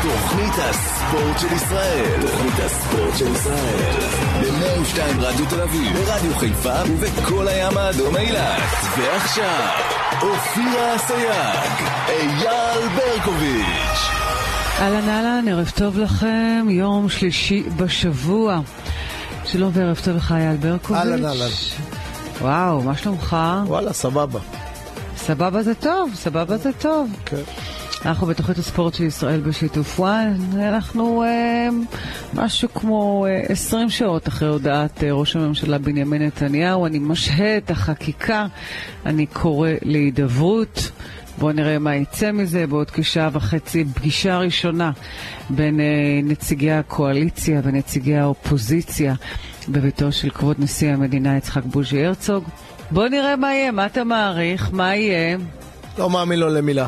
תוכנית הספורט של ישראל. תוכנית הספורט של ישראל. ב-102 רדיו תל אביב, ברדיו חיפה ובכל הים האדום אילת. ועכשיו, אופירה אסייג, אייל ברקוביץ'. אהלן אהלן, ערב טוב לכם, יום שלישי בשבוע. שלום וערב טוב לך אייל ברקוביץ'. אהלן אהלן. וואו, מה שלומך? וואלה, סבבה. סבבה זה טוב, סבבה זה טוב. כן. אנחנו בתוכנית הספורט של ישראל בשיתוף וואן, אנחנו משהו כמו 20 שעות אחרי הודעת ראש הממשלה בנימין נתניהו. אני משהה את החקיקה, אני קורא להידברות. בואו נראה מה יצא מזה. בעוד כשעה וחצי פגישה ראשונה בין נציגי הקואליציה ונציגי האופוזיציה בביתו של כבוד נשיא המדינה יצחק בוז'י הרצוג. בואו נראה מה יהיה, מה אתה מעריך, מה יהיה? לא מאמין לו למילה.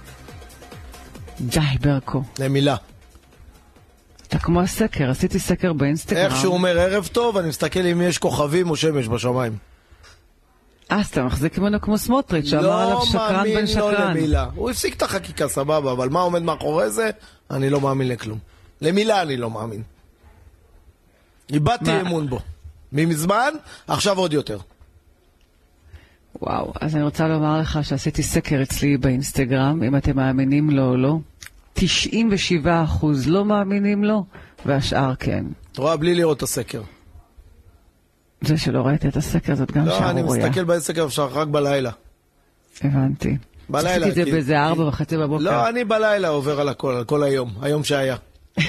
די ברקו. למילה. אתה כמו הסקר, עשיתי סקר באינסטגרם. איך שהוא אומר ערב טוב, אני מסתכל אם יש כוכבים או שמש בשמיים. אז אתה מחזיק ממנו כמו סמוטריץ' שאמר עליו שקרן בן שקרן. לא מאמין לו למילה. הוא הפסיק את החקיקה, סבבה, אבל מה עומד מאחורי זה? אני לא מאמין לכלום. למילה אני לא מאמין. איבדתי אמון בו. ממזמן, עכשיו עוד יותר. וואו, אז אני רוצה לומר לך שעשיתי סקר אצלי באינסטגרם, אם אתם מאמינים לו או לא. 97% לא מאמינים לו, והשאר כן. אתה רואה, בלי לראות את הסקר. זה שלא ראית את הסקר, זאת גם שערוריה. לא, אני מסתכל בסקר אפשר רק בלילה. הבנתי. בלילה. עשיתי את זה באיזה 4:30 בבוקר. לא, אני בלילה עובר על הכל, על כל היום. היום שהיה.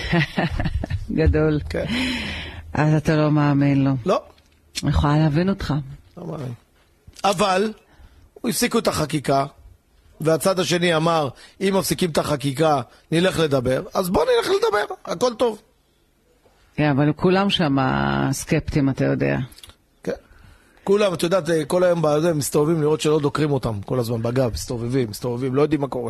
גדול. כן. אז אתה לא מאמין לו. לא. אני יכולה להבין אותך. לא מאמין. אבל, הוא הפסיקו את החקיקה, והצד השני אמר, אם מפסיקים את החקיקה, נלך לדבר, אז בוא נלך לדבר, הכל טוב. כן, אבל כולם שם סקפטים, אתה יודע. כן. כולם, אתה יודעת, כל היום בזה מסתובבים לראות שלא דוקרים אותם, כל הזמן בגב, מסתובבים, לא יודעים מה קורה.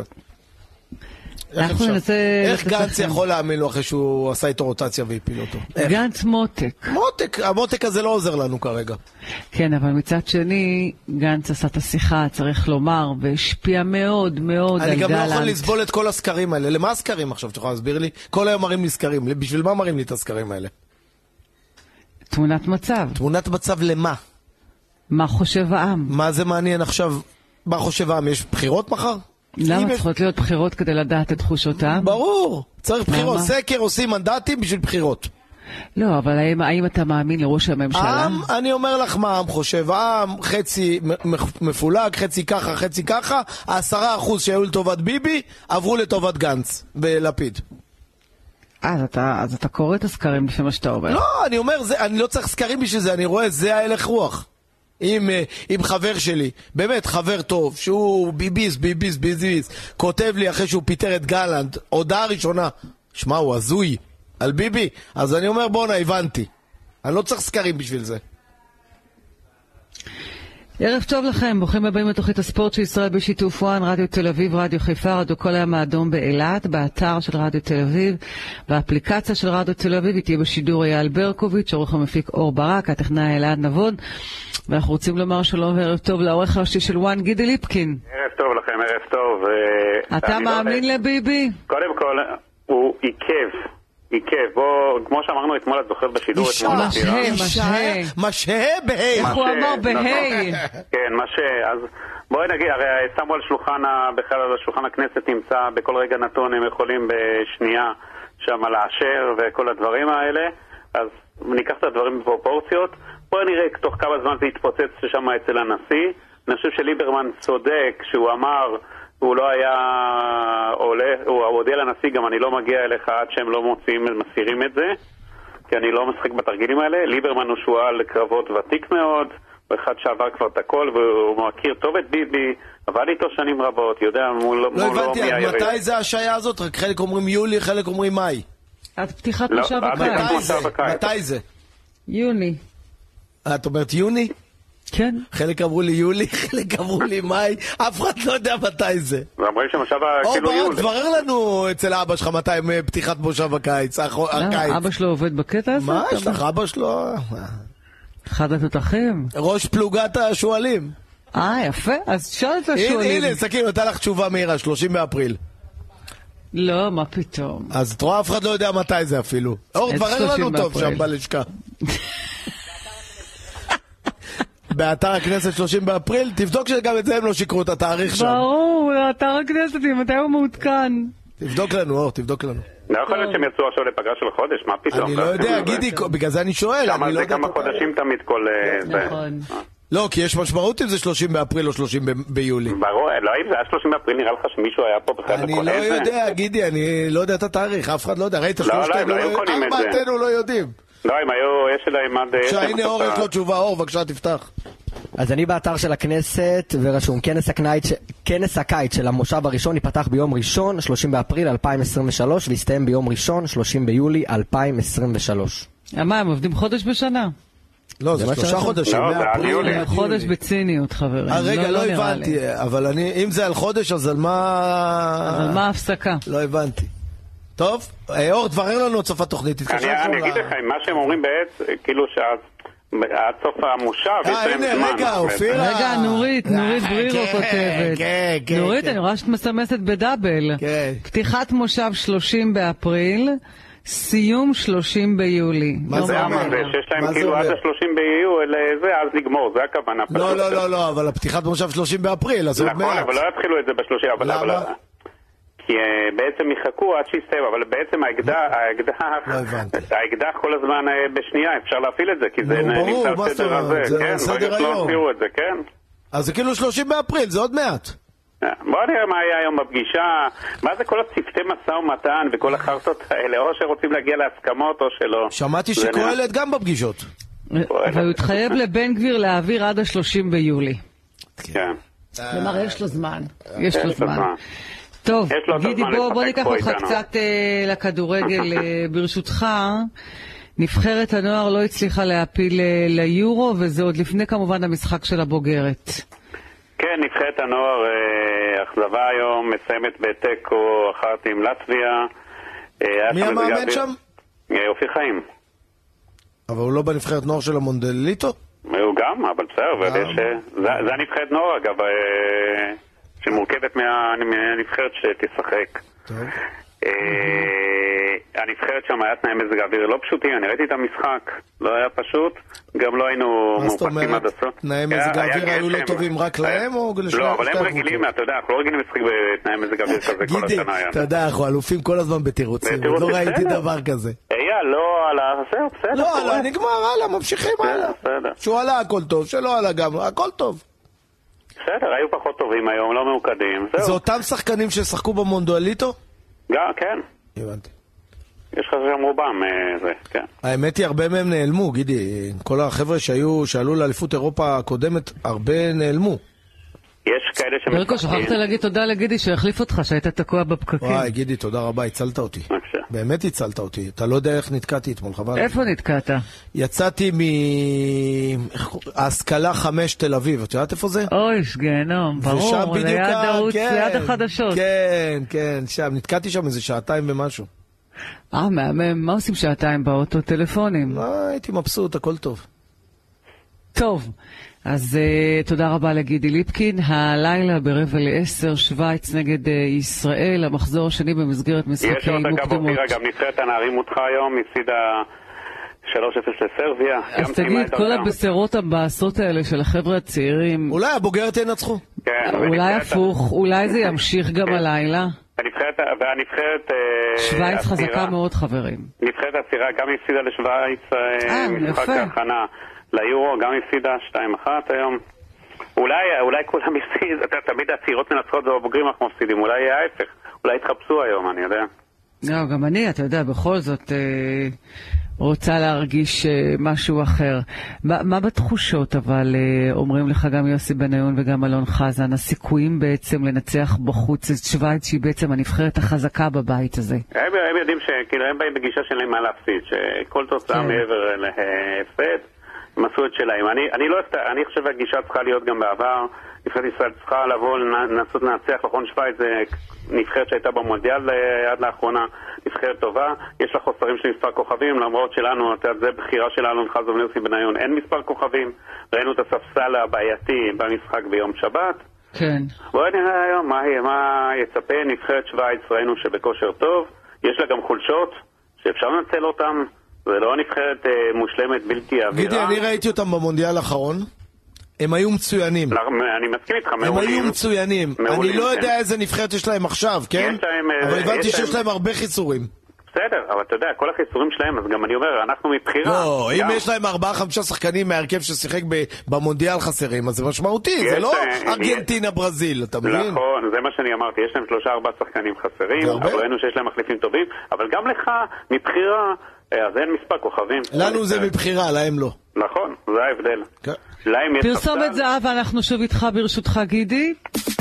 איך גנץ יכול להאמין לו אחרי שהוא עשה איתו רוטציה והפיל אותו? גנץ מותק. המותק הזה לא עוזר לנו כרגע. כן, אבל מצד שני, גנץ עשה את השיחה, צריך לומר, והשפיע מאוד מאוד על גלנט. אני גם לא יכול לסבול את כל הסקרים האלה. למה הסקרים עכשיו? תוכל להסביר לי? כל היום מראים לי סקרים. בשביל מה מראים לי את הסקרים האלה? תמונת מצב. תמונת מצב למה? מה חושב העם? מה זה מעניין עכשיו? מה חושב העם? יש בחירות מחר? למה צריכות להיות בחירות כדי לדעת את תחושותיהם? ברור, צריך בחירות. סקר עושים מנדטים בשביל בחירות. לא, אבל האם אתה מאמין לראש הממשלה? אני אומר לך מה העם חושב. העם חצי מפולג, חצי ככה, חצי ככה. 10% שהיו לטובת ביבי עברו לטובת גנץ ולפיד. אז אתה קורא את הסקרים לפי מה שאתה אומר. לא, אני אומר, אני לא צריך סקרים בשביל זה, אני רואה, זה ההלך רוח. עם חבר שלי, באמת חבר טוב, שהוא ביביס, כותב לי אחרי שהוא פיטר את גלנט, הודעה ראשונה, שמע, הוא הזוי על ביבי, אז אני אומר, בואנה, הבנתי. אני לא צריך סקרים בשביל זה. ערב טוב לכם, ברוכים הבאים לתוכנית הספורט של ישראל בשיתוף וואן, רדיו תל אביב, רדיו חיפה, רדיו כל הים האדום באילת, באתר של רדיו תל אביב, באפליקציה של רדיו תל אביב, היא תהיה בשידור אייל ברקוביץ', עורך המפיק אור ברק, הטכנאי אלעד נבון, ואנחנו רוצים לומר שלום וערב טוב לעורך הראשי של וואן, גידי ליפקין. ערב טוב לכם, ערב טוב. אתה מאמין לביבי? קודם כל, הוא עיכב, בוא, כמו שאמרנו אתמול, את זוכרת בשידור אתמול. משהה בהי. איך הוא אמר בהי? כן, משהה, אז בואי נגיד, הרי שמו על שולחן, בכלל על שולחן הכנסת נמצא, בכל רגע נתון הם יכולים בשנייה שם לאשר וכל הדברים האלה, אז ניקח את הדברים בפרופורציות, בואי נראה תוך כמה זמן זה יתפוצץ שם אצל הנשיא. אני חושב שליברמן צודק שהוא אמר, הוא לא היה עולה, הוא הודיע לנשיא, גם אני לא מגיע אליך עד שהם לא מסירים את זה, כי אני לא משחק בתרגילים האלה. ליברמן הוא שועל קרבות ותיק מאוד, הוא אחד שעבר כבר את הכל, והוא מכיר טוב את ביבי, עבד איתו שנים רבות, יודע מול לא הבנתי, מתי זה השעיה הזאת? רק חלק אומרים יולי, חלק אומרים מאי. עד פתיחת מושב הקיץ. מתי זה? יוני. את אומרת יוני? כן. חלק אמרו לי יולי, חלק אמרו לי מאי, אף אחד לא יודע מתי זה. ואומרים שמושב כאילו יולי. תברר לנו אצל אבא שלך מתי פתיחת מושב הקיץ. אבא שלו עובד בקטע הזה? מה יש לך? אבא שלו... אחד התותחים. ראש פלוגת השואלים. יפה, אז שאל את השואלים. הנה, סכין, נתן לך תשובה מהירה, 30 באפריל. לא, מה פתאום. אז את רואה, אף אחד לא יודע מתי זה אפילו. אור, תברר לנו טוב שם בלשכה. באתר הכנסת 30 באפריל, תבדוק שגם את זה הם לא שיקרו את התאריך שם. ברור, אתר הכנסת, מתי הוא מעודכן? תבדוק לנו, אור, תבדוק לנו. לא יכול להיות שהם יצאו עכשיו לפגרה של חודש, מה פתאום? אני לא יודע, גידי, בגלל זה אני שואל. זה כמה חודשים תמיד כל... נכון. לא, כי יש משמעות אם זה 30 באפריל או 30 ביולי. ברור, לא, אם זה היה 30 באפריל, נראה לך שמישהו היה פה בכלל אני וקונה לא את זה? יודע, גידי, אני לא יודע את התאריך, אף אחד לא יודע. ראית, ארבעתנו לא יודעים. לא, אם היו, יש להם עד... שהנה אור, יש לו תשובה, אור, בבקשה תפתח. אז אני באתר של הכנסת, ורשום, כנס הקיץ של המושב הראשון ייפתח ביום ראשון, 30 באפריל 2023, ויסתיים ביום ראשון, 30 ביולי 2023. מה, הם עובדים חודש בשנה? לא, זה 3 חודשים, מאפריל. חודש בציניות, חברים. רגע, לא הבנתי, אבל אם זה על חודש, אז על מה... אבל מה ההפסקה? לא הבנתי. טוב, אור, תברר לנו את סוף התוכנית. אני אגיד לך, מה שהם אומרים בעצם, כאילו עד סוף המושב, יש להם זמן. הנה, רגע, אופירה. רגע, נורית ברירו כותבת. נורית, אני רואה שאת מסמסת בדאבל. פתיחת מושב 30 באפריל, סיום 30 ביולי. מה זה אומר? שיש להם כאילו עד ה-30 ביולי, אז לגמור, זה הכוונה. לא, אבל הפתיחת מושב 30 באפריל, אז עוד מעט. נכון, אבל לא יתחילו את זה ב-30. למה? כי בעצם יחכו עד שיסתיים, אבל בעצם האקדח כל הזמן בשנייה, אפשר להפעיל את זה, כי זה נמצא על סדר הזה, כן? סדר היום. לא את זה, כן? אז זה כאילו 30 באפריל, זה עוד מעט. בוא נראה מה היה היום בפגישה, מה זה כל הצפתי מסע ומתן וכל החרטות האלה, או שרוצים להגיע להסכמות או שלא. שמעתי שקהלת גם בפגישות. והוא התחייב לבן גביר להעביר עד ה-30 ביולי. כן. כלומר, יש לו זמן. יש לו זמן. טוב, גידי, בוא ניקח אותך קצת לכדורגל ברשותך. נבחרת הנוער לא הצליחה להפיל ליורו, וזה עוד לפני כמובן המשחק של הבוגרת. כן, נבחרת הנוער אכזבה היום, מסיימת בטקו אחת עם לטביה. מי המאמן שם? אופיר חיים. אבל הוא לא בנבחרת נוער של המונדליטו? הוא גם, אבל בסדר, זה הנבחרת נוער אגב, שמורכבת מהנבחרת שתשחק. טוב. הנבחרת שם היה תנאי מזג האוויר לא פשוטים, אני ראיתי את המשחק, לא היה פשוט, גם לא היינו מופקים עד הסוף. תנאי מזג האוויר היו לא טובים רק להם או לשני? לא, אבל הם רגילים, אתה יודע, אנחנו לא רגילים לשחק בתנאי מזג האוויר כזה כל השנה. גידי, אתה יודע, אנחנו אלופים כל הזמן בתירוצים, לא ראיתי דבר כזה. לא עלה, בסדר. לא עלה, נגמר, הלאה, ממשיכים הלאה. שהוא עלה הכל טוב, שלא עלה גם, הכל טוב. בסדר, היו פחות טובים היום, לא מעוקדים. זה אותם שחקנים ששחקו במונדיאליטו? גם, כן. הבנתי. יש לך שם רובם, זה, כן. האמת היא, הרבה מהם נעלמו, גידי. כל החבר'ה שעלו לאליפות אירופה הקודמת, הרבה נעלמו. יש כאלה שמשחקים. ברקו, שכחת להגיד תודה לגידי שהחליף אותך, שהיית תקוע בפקקים. וואי, גידי, תודה רבה, הצלת אותי. באמת הצלת אותי. אתה לא יודע איך נתקעתי אתמול, חבל. איפה נתקעת? יצאתי מהשכלה 5 תל אביב. את יודעת איפה זה? אוי, גיהנום, ברור. ליד ערוץ, ליד החדשות. כן, שם. נתקעתי שם איזה 2 ומשהו. מהמם. מה עושים 2 באוטו? טלפונים. הייתי מבסוט, הכל טוב. טוב. אז תודה רבה לגידי ליפקין. הלילה ב9:45 שוויץ נגד ישראל, המחזור השני במסגרת משחקי מוקדמות. יש עוד אגב, גם נבחרת הנערים הודחה היום, הפסידה 3-0 לסרביה. אז תגיד, כל הבשרות הבאסות האלה של החבר'ה הצעירים, אולי הבוגרת ינצחו. אולי הפוך, אולי זה ימשיך גם הלילה. והנבחרת שוויץ חזקה מאוד, חברים. נבחרת הסירה גם הפסידה לשוויץ משחק ההכנה ליורו, גם הפסידה 2-1 היום. אולי כולם הפסיד, תמיד הצעירות מנצחות והבוגרים אנחנו מפסידים, אולי יהיה ההפך, אולי יתחפשו היום, אני יודע. לא, גם אני, אתה יודע, בכל זאת רוצה להרגיש משהו אחר. מה בתחושות, אבל אומרים לך גם יוסי בניון וגם אלון חזן, הסיכויים בעצם לנצח בחוץ את שוויץ, שהיא בעצם הנבחרת החזקה בבית הזה? הם יודעים שכאילו הם באים בגישה שלהם מה להפסיד, שכל תוצאה מעבר להפסד, הם עשו את שלהם. אני חושב שהגישה צריכה להיות גם בעבר, נבחרת ישראל צריכה לבוא לנסות לנצח, נכון שוויץ זה נבחרת שהייתה במונדיאל עד לאחרונה, נבחרת טובה, יש לה חוסרים של מספר כוכבים, למרות שלנו, זה בחירה של אלון חזן ויוסי בניון, אין מספר כוכבים, ראינו את הספסל הבעייתי במשחק ביום שבת, כן. בואי נראה היום מה יצפה. נבחרת שוויץ ראינו שבכושר טוב, יש לה גם חולשות שאפשר לנצל אותם, זה לא נבחרת מושלמת בלתי אווירה. גידי, אני ראיתי אותם במונדיאל האחרון, הם היו מצוינים. אני מסכים איתך, הם היו מצוינים. אני לא יודע איזה נבחרת יש להם עכשיו, כן? אבל הבנתי שיש להם הרבה חיסורים. בסדר, אבל אתה יודע, כל החיסורים שלהם, אז גם אני אומר, אנחנו מבחירה. לא, אם יש להם 4-5 שחקנים מהרכב ששיחק במונדיאל חסרים, אז זה משמעותי, זה לא ארגנטינה ברזיל, אתה מבין? נכון, זה מה שאני אמרתי, יש להם 3-4 שחקנים חסרים, אבל ראינו שיש להם מחליפים טובים, אבל גם לך, מבחירה, אז אין מספר כוכבים. לנו זה מבחירה, להם לא. נכון, זה ההבדל. פרסומת זהב, ואנחנו שוב איתך ברשותך, גידי.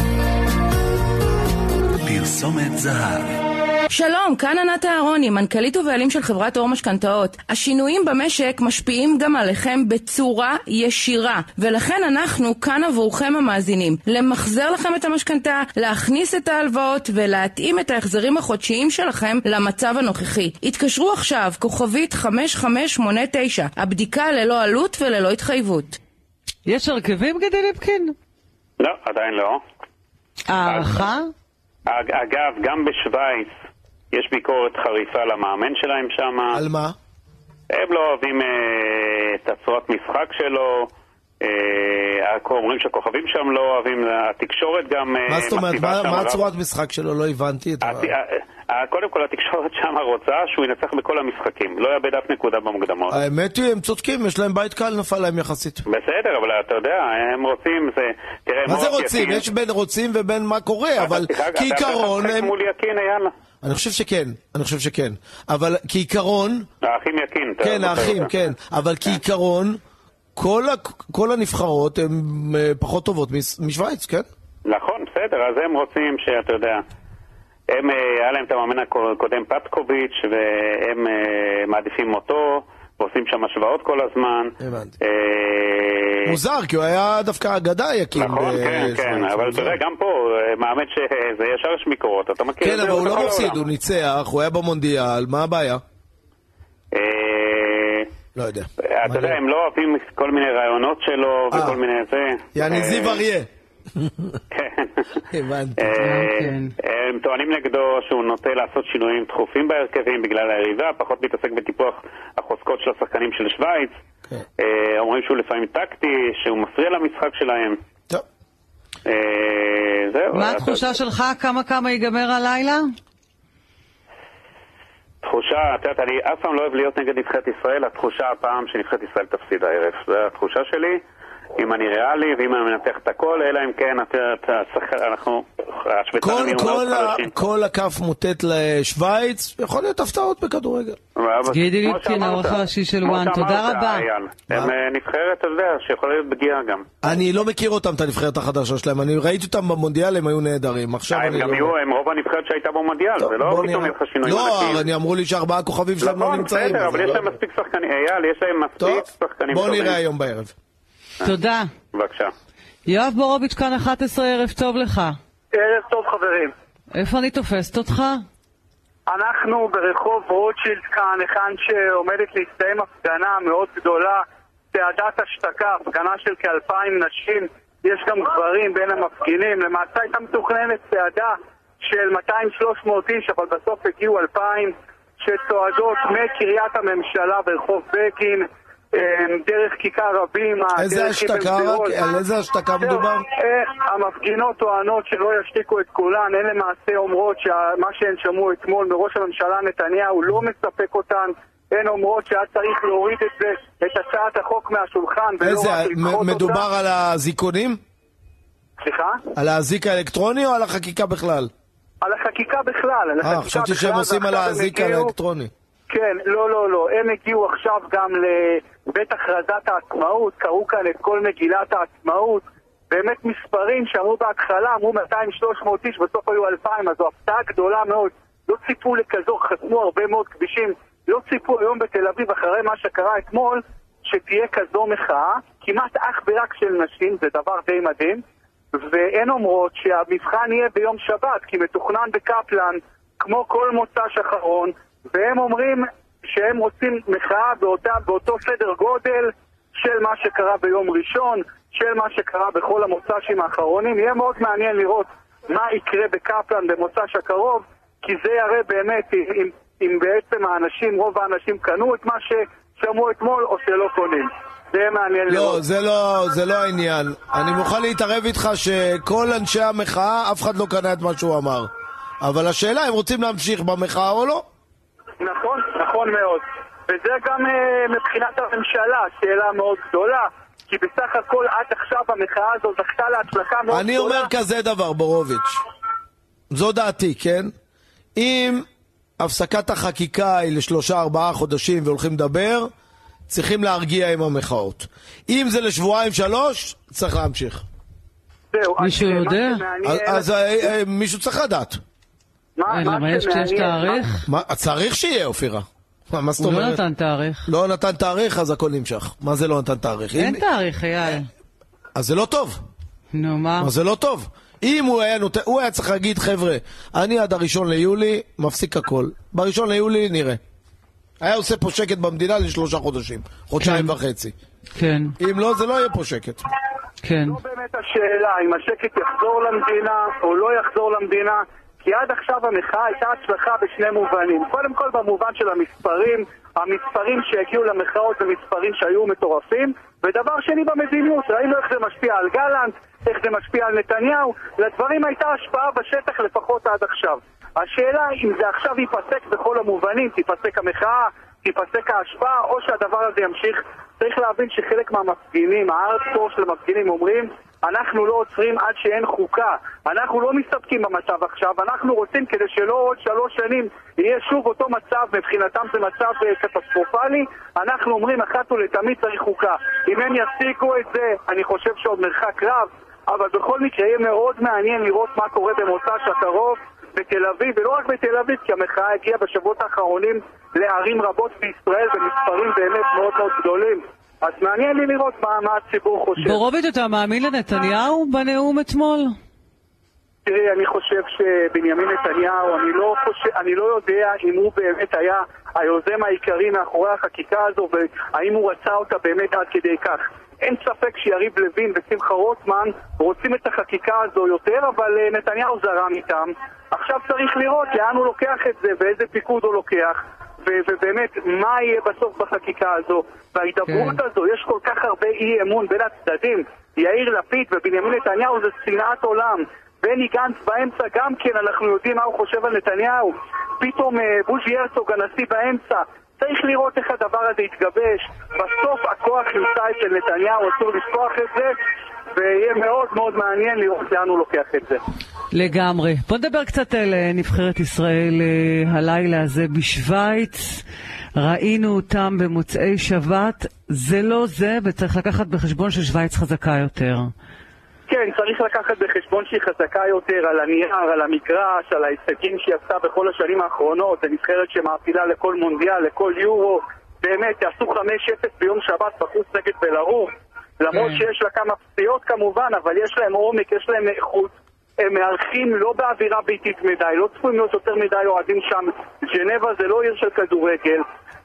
פרסומת זהב. שלום, כאן ענת אהרוני, מנכ"לית ובעלים של חברת אור משכנתאות. השינויים במשק משפיעים גם עליכם בצורה ישירה, ולכן אנחנו כאן עבורכם המאזינים, למחזר לכם את המשכנתה, להכניס את ההלוואות ולהתאים את ההחזרים החודשיים שלכם למצב הנוכחי. התקשרו עכשיו, כוכבית 5589, הבדיקה ללא עלות וללא התחייבות. יש הרכבים, גידי ליפקין? לא, עדיין לא. הערכה? אגב, גם בשוויץ יש ביקורת חריפה למאמן שלהם שם. על מה? הם לא אוהבים את הצורת משחק שלו, אומרים שהכוכבים שם לא אוהבים, התקשורת גם... מה זאת אומרת? מה הצורת משחק שלו? לא הבנתי את זה. קודם כל התקשורת שם רוצה שהוא ינצח בכל המשחקים, לא יאבד אף נקודה במוקדמות. האמת היא, הם צודקים, יש להם בית קל, נפל להם יחסית. בסדר, אבל אתה יודע, הם רוצים, מה זה רוצים? יש בין רוצים ובין מה קורה, אבל כעיקרון... אני חושב שכן, אבל כעיקרון... האחים יקין. כן, האחים, כן, אבל כעיקרון, כל הנבחרות הן פחות טובות משוויץ, כן? נכון, בסדר, אז הם רוצים שאתה יודע... היה להם את המאמן הקודם פטקוביץ' והם מעדיפים אותו ועושים שם השוואות כל הזמן. מוזר, כי הוא היה דווקא אגדה יקים. נכון, כן, אבל אתה יודע, גם פה מאמן שזה ישר יש ביקורות, אתה מכיר? כן, אבל הוא לא מפסיד, הוא ניצח, הוא היה במונדיאל, מה הבעיה? לא יודע. אתה יודע, הם לא אוהבים כל מיני רעיונות שלו וכל מיני זה. יעני זיו אריה. כן. הבנתי. הם טוענים נגדו שהוא נוטה לעשות שינויים דחופים בהרכבים בגלל היריבה, פחות מתעסק בטיפוח החוזקות של השחקנים של שוויץ. אומרים שהוא לפעמים טקטי, שהוא מפריע למשחק שלהם. טוב. מה התחושה שלך? כמה ייגמר הלילה? תחושה, את יודעת, אני אף פעם לא אוהב להיות נגד נבחרת ישראל, התחושה הפעם שנבחרת ישראל תפסיד הערב. זו התחושה שלי. אם אני ריאלי, ואם אני מנתח את הכל, אלא אם כן, אנחנו... כל הכף מוטט לשוויץ, יכול להיות הפתעות בכדורגל. גידי ליפקין, העורך הראשי של וואן, תודה רבה. הם נבחרת, אתה יודע, שיכולה להיות פגיעה גם. אני לא מכיר אותם, את הנבחרת החדשה שלהם, אני ראיתי אותם במונדיאל, הם היו נהדרים. הם גם יהיו, הם רוב הנבחרת שהייתה במונדיאל, זה לא פתאום יהיה לך שינויים ענקיים. לא, אמרו לי ש4 כוכבים שלהם לא נמצאים. בסדר, אבל יש להם מספיק שחקנים, אייל, יש להם מספיק שחקנים. בוא נראה היום בערב. תודה. בבקשה. יואב בורוביץ' כאן 11, ערב טוב לך. ערב טוב חברים. איפה אני תופסת אותך? אנחנו ברחוב רוטשילד כאן, היכן שעומדת להסתיים הפגנה מאוד גדולה, צעדת השתקה, הפגנה של כ2,000 נשים, יש גם גברים בין המפגינים, למעשה הייתה מתוכננת צעדה של 200-300 איש, אבל בסוף הגיעו 2,000 שצועדות מקריית הממשלה ברחוב בגין, דרך כיכר רבים. איזה השתקה? על איזה השתקה מדובר? המפגינות טוענות שלא ישתיקו את כולן, הן למעשה אומרות שמה שהן שמעו אתמול מראש הממשלה נתניהו לא מספק אותן, הן אומרות שהיה צריך להוריד את הצעת החוק מהשולחן ולא רק לדחות אותה. מדובר על הזיקונים? סליחה? על האזיק האלקטרוני או על החקיקה בכלל? על החקיקה בכלל. חשבתי שהם עושים על האזיק האלקטרוני. כן, לא. הם הגיעו עכשיו גם לבית הכרזת העצמאות, קראו כאן את כל מגילת העצמאות, באמת מספרים שאמרו בהתחלה, אמרו 200-300 איש, בסוף היו 2,000, אז זו הפתעה גדולה מאוד. לא ציפו לכזו, חסמו הרבה מאוד כבישים, לא ציפו היום בתל אביב אחרי מה שקרה אתמול, שתהיה כזו מחאה, כמעט אך ורק של נשים, זה דבר די מדהים, והן אומרות שהמבחן יהיה ביום שבת, כי מתוכנן בקפלן, כמו כל מוצ"ש אחרון, והם אומרים שהם רוצים מחאה באותו סדר גודל של מה שקרה ביום ראשון, של מה שקרה בכל המוצ"שים האחרונים. יהיה מאוד מעניין לראות מה יקרה בקפלן במוצ"ש הקרוב, כי זה יראה באמת אם בעצם רוב האנשים קנו את מה ששמעו אתמול או שלא קונים. זה יהיה מעניין לראות. לא, זה לא העניין. אני מוכן להתערב איתך שכל אנשי המחאה, אף אחד לא קנה את מה שהוא אמר. אבל השאלה, הם רוצים להמשיך במחאה או לא? נכון מאוד. וזה גם מבחינת הממשלה, שאלה מאוד גדולה, כי בסך הכל עד עכשיו המחאה הזו זכתה להצלחה מאוד גדולה. אני אומר כזה דבר, בורוביץ'. זו דעתי, כן? אם הפסקת החקיקה היא ל3-4 חודשים והולכים לדבר, צריכים להרגיע עם המחאות. אם זה ל2-3, צריך להמשיך. מישהו יודע? אז מישהו צריך לדעת. למה יש תאריך? צריך שיהיה, אופירה. מה זאת הוא אומרת? לא נתן תאריך. לא נתן תאריך, אז הכל נמשך. מה זה לא נתן תאריך? אין תאריך, אייל. אז זה לא טוב. נו, מה? אז זה לא טוב. אם הוא היה צריך להגיד, חבר'ה, אני עד 1 ליולי מפסיק הכל. ב1 ליולי נראה. היה עושה פה שקט במדינה ל3 חודשים. חודשיים וחצי. כן. אם לא, זה לא יהיה פה שקט. כן. זו באמת השאלה, אם השקט יחזור למדינה או לא יחזור למדינה, כי עד עכשיו המחאה הייתה הצלחה בשני מובנים. קודם כל במובן של המספרים שהגיעו למחאות זה מספרים שהיו מטורפים, ודבר שני במדיניות, ראינו איך זה משפיע על גלנט, איך זה משפיע על נתניהו, לדברים הייתה השפעה בשטח לפחות עד עכשיו. השאלה אם זה עכשיו ייפסק בכל המובנים, תיפסק המחאה, תיפסק ההשפעה, או שהדבר הזה ימשיך. צריך להבין שחלק מהמפגינים, הארדקור של המפגינים אומרים, אנחנו לא עוצרים עד שאין חוקה, אנחנו לא מסתפקים במצב עכשיו, אנחנו רוצים כדי שלא עוד 3 שנים יהיה שוב אותו מצב, מבחינתם זה מצב קטסטרופלי, אנחנו אומרים אחת ולתמיד צריך חוקה. אם הם יפסיקו את זה, אני חושב שעוד מרחק רב, אבל בכל מקרה יהיה מאוד מעניין לראות מה קורה במוצ"ש הקרוב בתל אביב, ולא רק בתל אביב, כי המחאה הגיעה בשבועות האחרונים לערים רבות בישראל במספרים באמת מאוד מאוד גדולים. אז מעניין לי לראות מה הציבור חושב. בורוביץ', אתה מאמין לנתניהו בנאום אתמול? תראי, אני חושב שבנימין נתניהו, אני לא יודע אם הוא באמת היה היוזם העיקרי מאחורי החקיקה הזו, והאם הוא רצה אותה באמת עד כדי כך. אין ספק שיריב לוין ושמחה רוטמן רוצים את החקיקה הזו יותר, אבל נתניהו זרם איתם. עכשיו צריך לראות לאן הוא לוקח את זה ואיזה פיקוד הוא לוקח, ובאמת מה יהיה בסוף בחקיקה הזו. וההידברות הזו, יש כל כך הרבה אי אמון בין הצדדים. יאיר לפיד ובנימין נתניהו זה שנאת עולם. בני גנץ באמצע גם כן, אנחנו יודעים מה הוא חושב על נתניהו. פתאום בוז'י הרצוג הנשיא באמצע. צריך לראות איך הדבר הזה יתגבש. בסוף הכוח נמצא אצל נתניהו, אסור לשכוח את זה, ויהיה מאוד מאוד מעניין לראות לאן הוא לוקח את זה. לגמרי. בוא נדבר קצת על נבחרת ישראל הלילה הזה בשוויץ. ראינו אותם במוצאי שבת. זה לא זה, וצריך לקחת בחשבון ששוויץ חזקה יותר. כן, צריך לקחת בחשבון שהיא חזקה יותר על הנייר, על המגרש, על ההישגים שהיא עשתה בכל השנים האחרונות. זה נבחרת שמעפילה לכל מונדיאל, לכל יורו. באמת, יעשו 5-0 ביום שבת בחוץ נגד בלרוס. למרות שיש לה כמה פציעות כמובן, אבל יש להם עומק, יש להם איכות. הם מארחים לא באווירה ביתית מדי, לא צפויים להיות יותר מדי אוהדים שם. ג'נבה זה לא עיר של כדורגל.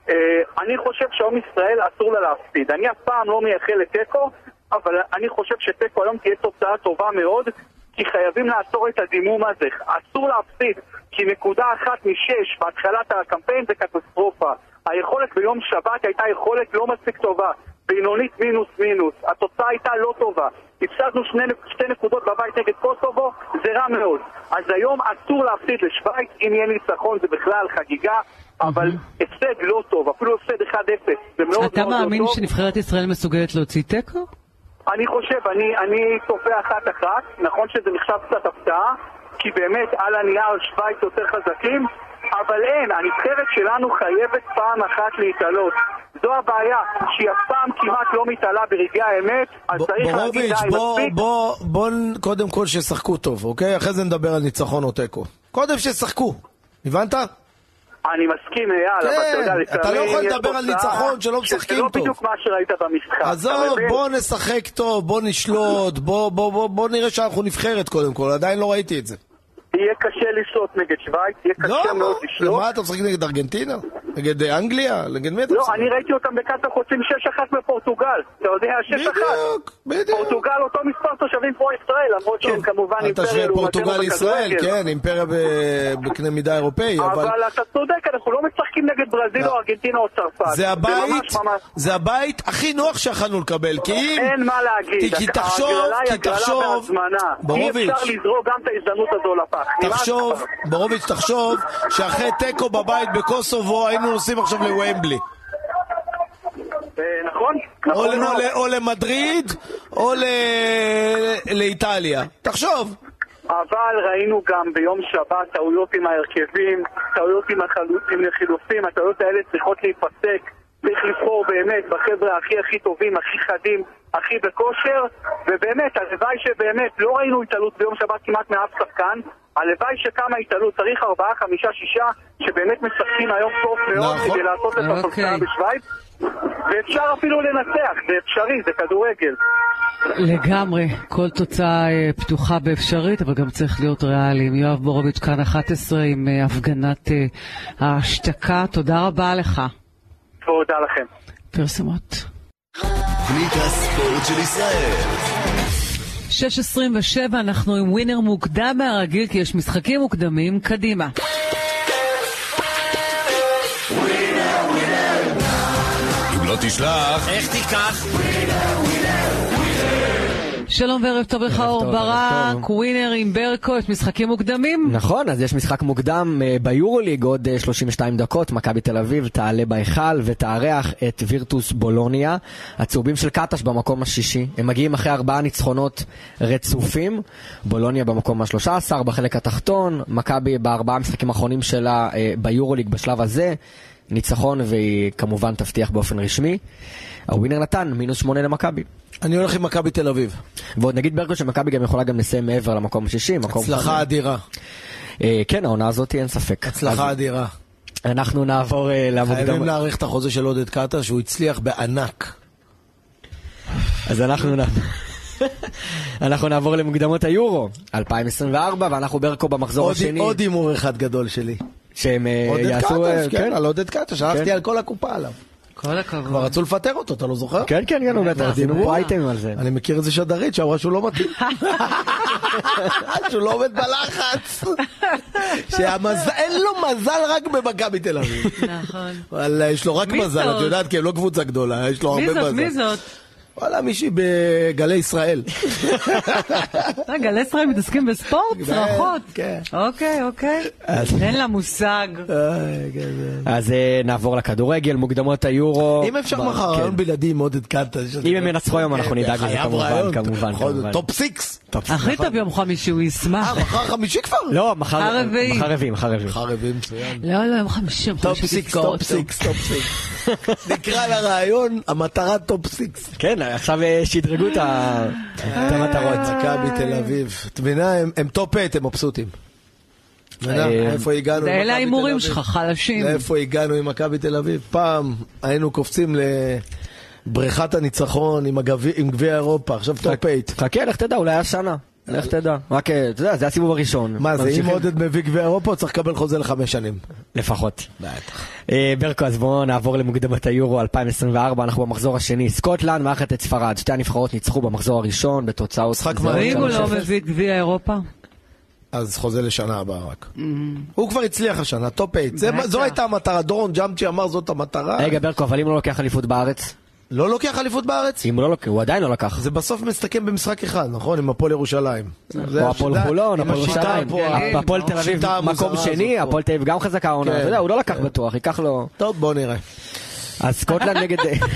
אני חושב שעם ישראל אסור לה להפסיד. אני אף פעם לא מייחל לטקו, אבל אני חושב שטקו היום תהיה תוצאה טובה מאוד, כי חייבים לעצור את הדימום הזה. אסור להפסיד, כי 1.1 מ-6 בהתחלת הקמפיין זה קטסטרופה. היכולת ביום שבת הייתה יכולת לא מספיק טובה, בינונית מינוס. התוצאה הייתה לא טובה. הפסדנו 2 נקודות בבית נגד קוסובו, זה רע מאוד. אז היום אסור להפסיד לשוויץ, אם יהיה ניצחון זה בכלל חגיגה, אבל הפסד לא טוב, אפילו הפסד 1-0. זה מאוד אתה מאוד מאמין לא טוב. שנבחרת ישראל מסוגלת להוציא תיקו? אני חושב, אני צופה אחת, נכון שזה נחשב קצת הפתעה, כי באמת על הנייר שוויץ יותר חזקים, אבל אין, הנבחרת שלנו חייבת פעם אחת להתעלות. זו הבעיה, שהיא אף פעם כמעט לא מתעלה ברגעי האמת, אז צריך להגיד די מספיק. בוא קודם כל ששחקו טוב, אוקיי? אחרי זה נדבר על ניצחון או תיקו. קודם ששחקו, הבנת? אני מסכים, אבל אתה יודע, אתה לא יכול לדבר על ניצחון שלא משחקים טוב. זה לא בדיוק מה שראית במשחק. עזוב, בוא נשחק טוב, בוא נשלוט, בוא נראה שאנחנו נבחרת קודם כל, עדיין לא ראיתי את זה. יהיה קשה לשלוט נגד שוויץ, יהיה קשה מאוד לשלוט. למה אתה משחק נגד ארגנטינה? נגד אנגליה? נגד מי אתה לא, משחק? אני ראיתי אותם בקטר חוצים 6-1 בפורטוגל. אתה יודע, 6-1. בדיוק. פורטוגל אותו מספר תושבים כמו ישראל, למרות שהם כמובן אל אימפריה תשווה לעומתנו פורטוגל ישראל, בכדורגל. כן, אימפריה בקנה מידה אירופאי, אבל אתה צודק, אנחנו לא משחקים נגד ברזיל או ארגנטינה או צרפת. זה הבית הכי נוח שיכולנו לקבל, כי אם... אין מה להגיד, כי תחשוב, אי אפשר לזרוק גם את ההזדמנות הזו לפח. ברוביץ', תחשוב שאחרי טקו בבית בקוסובו היינו נוסעים עכשיו לוומבלי. נכון? או למדריד או לאיטליה. תחשוב. אבל ראינו גם ביום שבת טעויות עם ההרכבים, טעויות עם החילופים, הטעויות האלה צריכות להיפסק. צריך לבחור באמת בחבר'ה הכי טובים, הכי חדים, הכי בכושר, ובאמת, הלוואי שבאמת לא ראינו התעלות ביום שבת כמעט מאף שחקן, הלוואי שכמה התעלות, צריך 4, 5, 6 שבאמת משחקים היום טוב מאוד כדי לעשות את התוצאה בשוויץ, ואפשר אפילו לנצח, זה אפשרי, זה כדורגל. לגמרי, כל תוצאה פתוחה באפשרית, אבל גם צריך להיות ריאליים. יואב בורוביץ' כאן 11 עם הפגנת ההשתקה, תודה רבה לך. תודה לכם. פרסומות. תוכנית הספורט של ישראל. 6:27, אנחנו עם ווינר מוקדם מהרגיל, כי יש משחקים מוקדמים. קדימה. אם לא תשלח, איך תיקח? שלום וערב טוב לך אור ברק, ווינר עם ברקו, יש משחקים מוקדמים? נכון, אז יש משחק מוקדם ביורוליג, עוד 32 דקות, מכבי תל אביב תעלה בהיכל ותארח את וירטוס בולוניה, הצהובים של קטש במקום השישי, הם מגיעים אחרי 4 ניצחונות רצופים, בולוניה במקום ה-13 בחלק התחתון, מכבי ב4 משחקים האחרונים שלה ביורוליג בשלב הזה, ניצחון והיא כמובן תבטיח באופן רשמי. הווינר נתן -8 למכבי. אני הולך עם מכבי תל אביב. ועוד נגיד ברקו שמכבי גם יכולה גם לסיים מעבר למקום 60. הצלחה אדירה. כן, העונה הזאת אין ספק. הצלחה אדירה. אנחנו נעבור למוקדם. חייבים להעריך את החוזה של עודד קטש, שהוא הצליח בענק. אז אנחנו נעבור למוקדמות היורו 2024, ואנחנו ברקו במחזור השני. עוד הימור אחד גדול שלי. שהם יעשו... עודד קטש, כן, על עודד קטש, הלכתי על כל הקופה עליו. כל הכבוד. כבר רצו לפטר אותו, אתה לא זוכר? כן, כן, הוא בטח, עשינו פה אייטמים על זה. אני מכיר איזה שדרית שאמרה שהוא לא מתאים. שהוא לא עומד בלחץ. אין לו מזל רק במכבי תל אביב. נכון. אבל יש לו רק מזל, את יודעת, כי הם לא קבוצה גדולה, יש לו הרבה מזל. מי זאת? וואלה, מישהי בגלי ישראל. גלי ישראל מתעסקים בספורט? צרחות? כן. אוקיי. אין לה מושג. אז נעבור לכדורגל, מוקדמות היורו. אם אפשר מחר רעיון בלעדי עם עודד קטש. אם הם ינצחו היום אנחנו נדאג לזה כמובן. טופ 6. הכי טוב יום חמישי, הוא ישמח. מחר חמישי כבר? לא, מחר רביעי. מחר רביעי מצוין. לא, יום חמישי. טופ 6. נקרא לרעיון המטרה טופ 6. כן, עכשיו שדרגו את המטרות. מכבי תל אביב. אתה מבינה, הם טופ 8, הם מבסוטים. איפה הגענו? זה אלה האימורים שלך, חלשים. איפה הגענו עם מכבי תל אביב? פעם היינו קופצים לבריכת הניצחון עם גביע אירופה, עכשיו טופ 8. חכה, לך תדע, אולי השנה. לך תדע. רק, אתה יודע, זה הסיבוב הראשון. מה זה, אם עודד מביא גביע אירופה, הוא צריך לקבל חוזה ל5 שנים. לפחות. ברקו, אז בואו נעבור למוקדמות היורו 2024, אנחנו במחזור השני. סקוטלנד מארחת את ספרד, שתי הנבחרות ניצחו במחזור הראשון, בתוצאות... ואם הוא לא מביא גביע אירופה? אז חוזה לשנה הבאה רק. הוא כבר הצליח השנה, טופ 8. זו הייתה המטרה, דורון ג'אמצ'י אמר זאת המטרה. רגע, ברקו, אבל אם הוא לא לוקח אליפות בארץ? לא לוקח אליפות בארץ? אם הוא לא לוקח, הוא עדיין לא לקח. זה בסוף מסתכם במשחק אחד, נכון? עם הפועל ירושלים. או הפועל חולון, הפועל ירושלים. הפועל תל אביב מקום שני, הפועל תל אביב גם חזקה העונה. אתה יודע, הוא לא לקח בטוח, ייקח לו... טוב, בוא נראה. אז סקוטלנד נגד...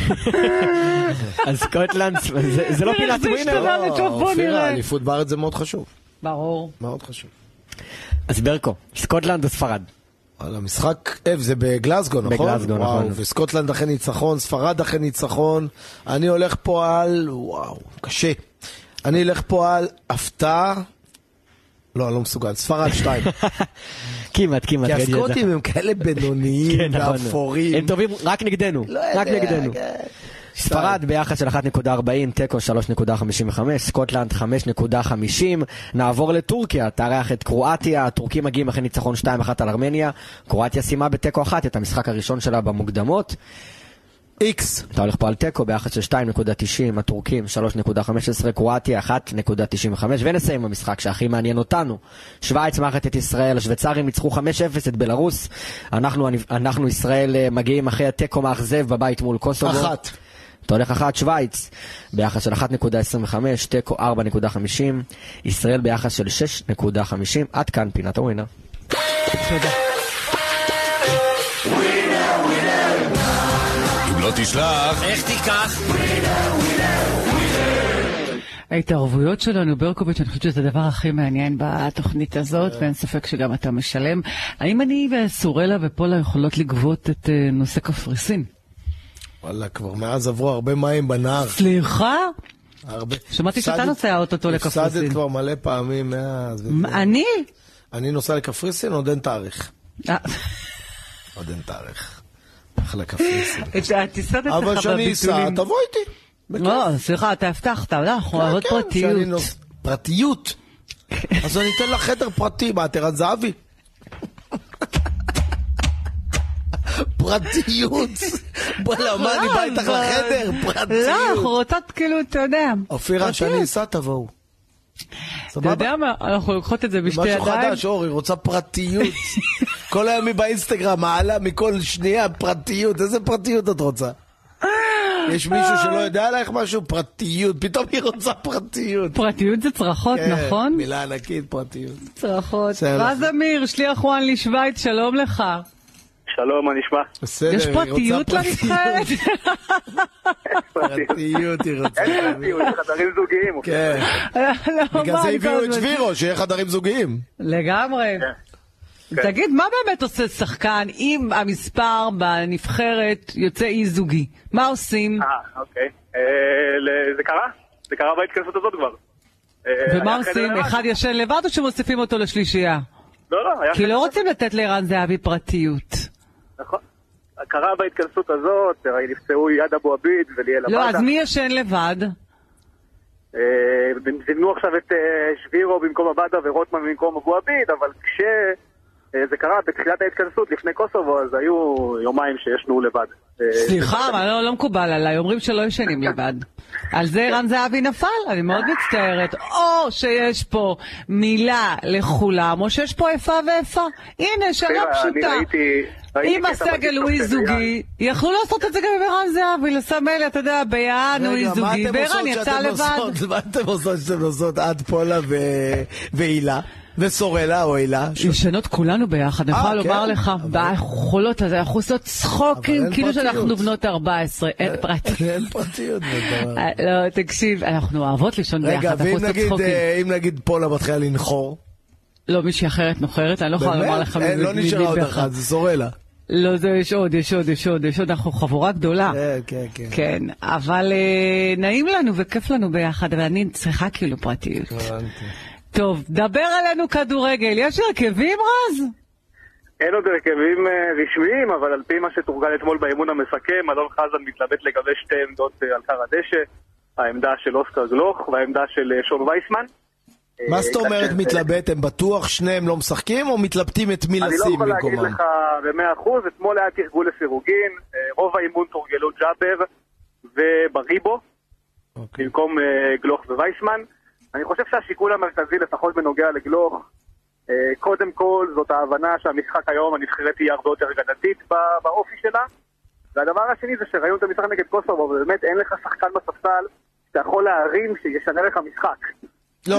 אז סקוטלנד, זה לא פינת ווינר. אופירה, אליפות בארץ זה מאוד חשוב. ברור. מאוד חשוב. אז ברקו, סקוטלנד או ספרד? על המשחק, זה בגלסגו, נכון? בגלסגו, נכון. וסקוטלנד אחרי ניצחון, ספרד אחרי ניצחון. אני הולך פה על... וואו, קשה. אני אלך פה על הפתעה. לא, אני לא מסוגל. ספרד 2. כמעט. כי הסקוטים הם כאלה בינוניים ואפורים. הם טובים רק נגדנו. רק נגדנו. ספרד ביחס של 1.40, טקו 3.55, סקוטלנד 5.50. נעבור לטורקיה, תארח את קרואטיה, הטורקים מגיעים אחרי ניצחון 2-1 על ארמניה, קרואטיה סיימה בטקו 1 את המשחק הראשון שלה במוקדמות. איקס. אתה הולך פה על טקו ביחס של 2.90, הטורקים 3.15, קרואטיה 1.95, ונסיים במשחק שהכי מעניין אותנו. שוויץ מארחת את ישראל, השוויצרים ניצחו 5-0 את בלרוס, אנחנו ישראל מגיעים אחרי הטקו מאכזב בבית מול קוסובו. 1. אתה הולך 1, שוויץ ביחס של 1.25, טקו 4.50, ישראל ביחס של 6.50. עד כאן פינת הווינר. תודה. לא תשלח, איך תיקח? ההתערבויות שלנו, ברקוביץ', אני חושבת שזה הדבר הכי מעניין בתוכנית הזאת, ואין ספק שגם אתה משלם. האם אני וסורלה ופולה יכולות לגבות את נושא קפריסין? וואלה, כבר מאז עברו הרבה מים בנהר. סליחה? הרבה. שמעתי שאתה נוסע האוטוטו לקפריסין. הפסדת כבר מלא פעמים מאז. אני? אני נוסע לקפריסין, עוד אין תאריך. עוד אין תאריך. אחלה קפריסין. אבל שאני אסע, תבוא איתי. לא, סליחה, אתה הבטחת, לא, אנחנו אוהבות פרטיות. פרטיות? אז אני אתן לך חדר פרטי, מה, תרן זהבי? פרטיות. בואלה, מה, אני בא איתך לחדר? פרטיות. לא, אנחנו רוצות כאילו, אתה יודע. אופירה, שאני אסע, תבואו. אתה יודע מה, אנחנו לוקחות את זה בשתי ידיים. משהו חדש, אורי, רוצה פרטיות. כל היום היא באינסטגרם, מעלה מכל שנייה, פרטיות. איזה פרטיות את רוצה? יש מישהו שלא יודע עלייך משהו? פרטיות. פתאום היא רוצה פרטיות. פרטיות זה צרחות, נכון? כן, מילה ענקית, פרטיות. צרחות. רז אמיר, שליח וואן לשוויץ, שלום לך. שלום, מה נשמע? בסדר, יש פרטיות לנבחרת? פרטיות היא רוצה. אין פרטיות, חדרים זוגיים. כן. בגלל זה הביאו את שבירו, שיהיה חדרים זוגיים. לגמרי. תגיד, מה באמת עושה שחקן אם המספר בנבחרת יוצא אי זוגי? מה עושים? אוקיי. זה קרה? זה קרה בהתכנסות הזאת כבר. ומה עושים? אחד ישן לבד או שמוסיפים אותו לשלישייה? לא, כי לא רוצים לתת לערן זהבי פרטיות. נכון. קרה בהתכנסות הזאת, נפצעו יד אבו עביד וליאל עבדה. לא, אז מי ישן לבד? זימנו עכשיו את שבירו במקום עבדה ורוטמן במקום אבו עביד, אבל כשזה קרה בתחילת ההתכנסות לפני קוסובו, אז היו יומיים שישנו לבד. סליחה, אבל לא מקובל עליי, אומרים שלא ישנים לבד. על זה ערן זהבי נפל, אני מאוד מצטערת. או שיש פה מילה לכולם, או שיש פה איפה ואיפה. הנה, שאלה פשוטה. אם הסגל הוא אי זוגי, יכלו לעשות את זה גם עם ערן זהבי, לסמל, אתה יודע, ביען הוא אי זוגי, וערן יצא לבד. מה אתם עושות שאתם עושות עד פולה והילה? וסורלה או הילה? ישנות כולנו ביחד, אני יכולה לומר לך, ביכולות הזה, אנחנו עושות צחוקים, כאילו שאנחנו בנות 14, אין פרטיות. אין פרטיות. לא, תקשיב, אנחנו אוהבות לישון ביחד, אנחנו עושות צחוקים. אם נגיד פולה מתחילה לנחור? לא, מישהי אחרת נוחרת, אני לא יכולה לומר לך באמת? לא נשארה עוד אחת, זה סורלה. לא, זה יש עוד, אנחנו חבורה גדולה. כן. כן, אבל נעים לנו וכיף לנו ביחד, אבל אני צריכה כאילו פרטיות. טוב, דבר עלינו כדורגל. יש הרכבים, רז? אין עוד הרכבים רשמיים, אבל על פי מה שתורגל אתמול באימון המסכם, אלון חזן מתלבט לגבי שתי עמדות על קר הדשא, העמדה של אוסקר גלוך והעמדה של שון וייסמן. מה זאת אומרת מתלבט? הם בטוח שניהם לא משחקים או מתלבטים את מי לשים במקומם? אני לא יכול להגיד לך ב-100%, אתמול היה תרגול לסירוגין, רוב האימון תורגלו ג'אבר ובריבו, במקום גלוך ווייסמן. אני חושב שהשיקול המרכזי, לפחות בנוגע לגלוך, קודם כל זאת ההבנה שהמשחק היום, הנבחרת תהיה הרבה יותר הגנתית באופי שלה. והדבר השני זה שראינו את המשחק נגד קוסובו, ובאמת אין לך שחקן בספסל שאתה יכול להרים שישנה לך משחק. לא,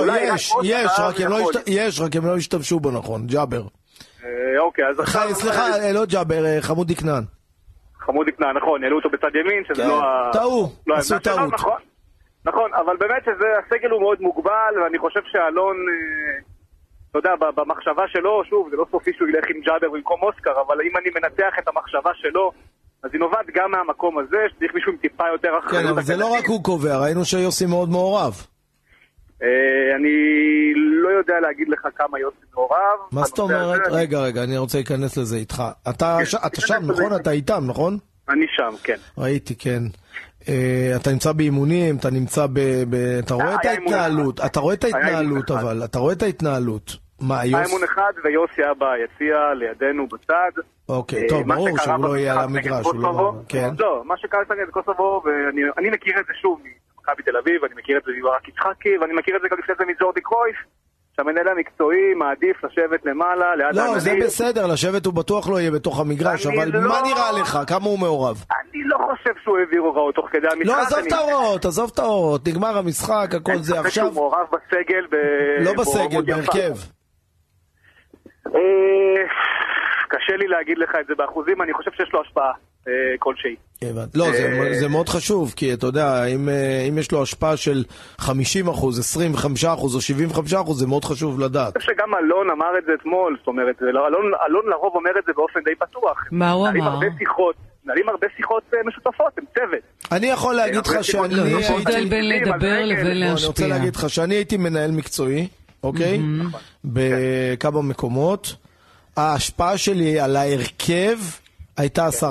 יש, רק הם לא השתמשו בו נכון, ג'אבר. אוקיי, אז עכשיו... סליחה, לא ג'אבר, חמודי כנען. חמודי כנען, נכון, העלו אותו בצד ימין, שזה לא... טעו, עשו טעות. נכון, אבל באמת שהסגל הוא מאוד מוגבל, ואני חושב שאלון, אתה יודע, במחשבה שלו, שוב, זה לא סופי שהוא ילך עם ג'אבר במקום אוסקר, אבל אם אני מנתח את המחשבה שלו, אז היא נובעת גם מהמקום הזה, שצריך מישהו עם טיפה יותר אחריות. כן, אבל זה לא רק הוא קובע, ראינו שיוסי מאוד מעורב. אני לא יודע להגיד לך כמה יוסי מעורב. מה זאת אומרת? רגע, אני רוצה להיכנס לזה איתך. אתה שם, נכון? אתה איתם, נכון? אני שם, כן. ראיתי, כן. אתה נמצא באימונים, אתה נמצא אתה רואה את ההתנהלות, אתה רואה את ההתנהלות, אבל אתה רואה את ההתנהלות. מה, יוס? האימון אחד ויוסי אבא יציע לידינו בצד. אוקיי, טוב, ברור שהוא לא יהיה על המגרש. לא, מה שקרה נגד קוסובו, ואני מכיר את זה שוב ממכבי תל אביב, אני מכיר את זה מברק יצחקי, ואני מכיר את זה גם לפני זה מג'ורדי קרויף, שהמנהל המקצועי מעדיף לשבת למעלה, ליד העננים. לא, זה בסדר, לשבת הוא בטוח לא יהיה בתוך המגרש, אבל מה נראה לך? כמה הוא מעורב? אני לא חושב שהוא העביר הוראות תוך כדי המשחק. לא, עזוב את ההוראות, נגמר המשחק, הכל זה עכשיו. הוא מעורב בסגל, לא בסגל, בהרכב. קשה לי להגיד לך את זה באחוזים, אני חושב שיש לו השפעה כלשהי. לא, זה מאוד חשוב, כי אתה יודע, אם יש לו השפעה של 50%, 25% או 75%, זה מאוד חשוב לדעת. אני חושב שגם אלון אמר את זה אתמול, זאת אומרת, אלון לרוב אומר את זה באופן די פתוח. מה הוא אמר? נעלים הרבה שיחות משותפות, הם צוות. אני יכול להגיד לך שאני... יש הבדל בין לדבר לבין להשפיע. אני רוצה להגיד לך שאני הייתי מנהל מקצועי, אוקיי? בכמה מקומות. ההשפעה שלי על ההרכב הייתה 10%.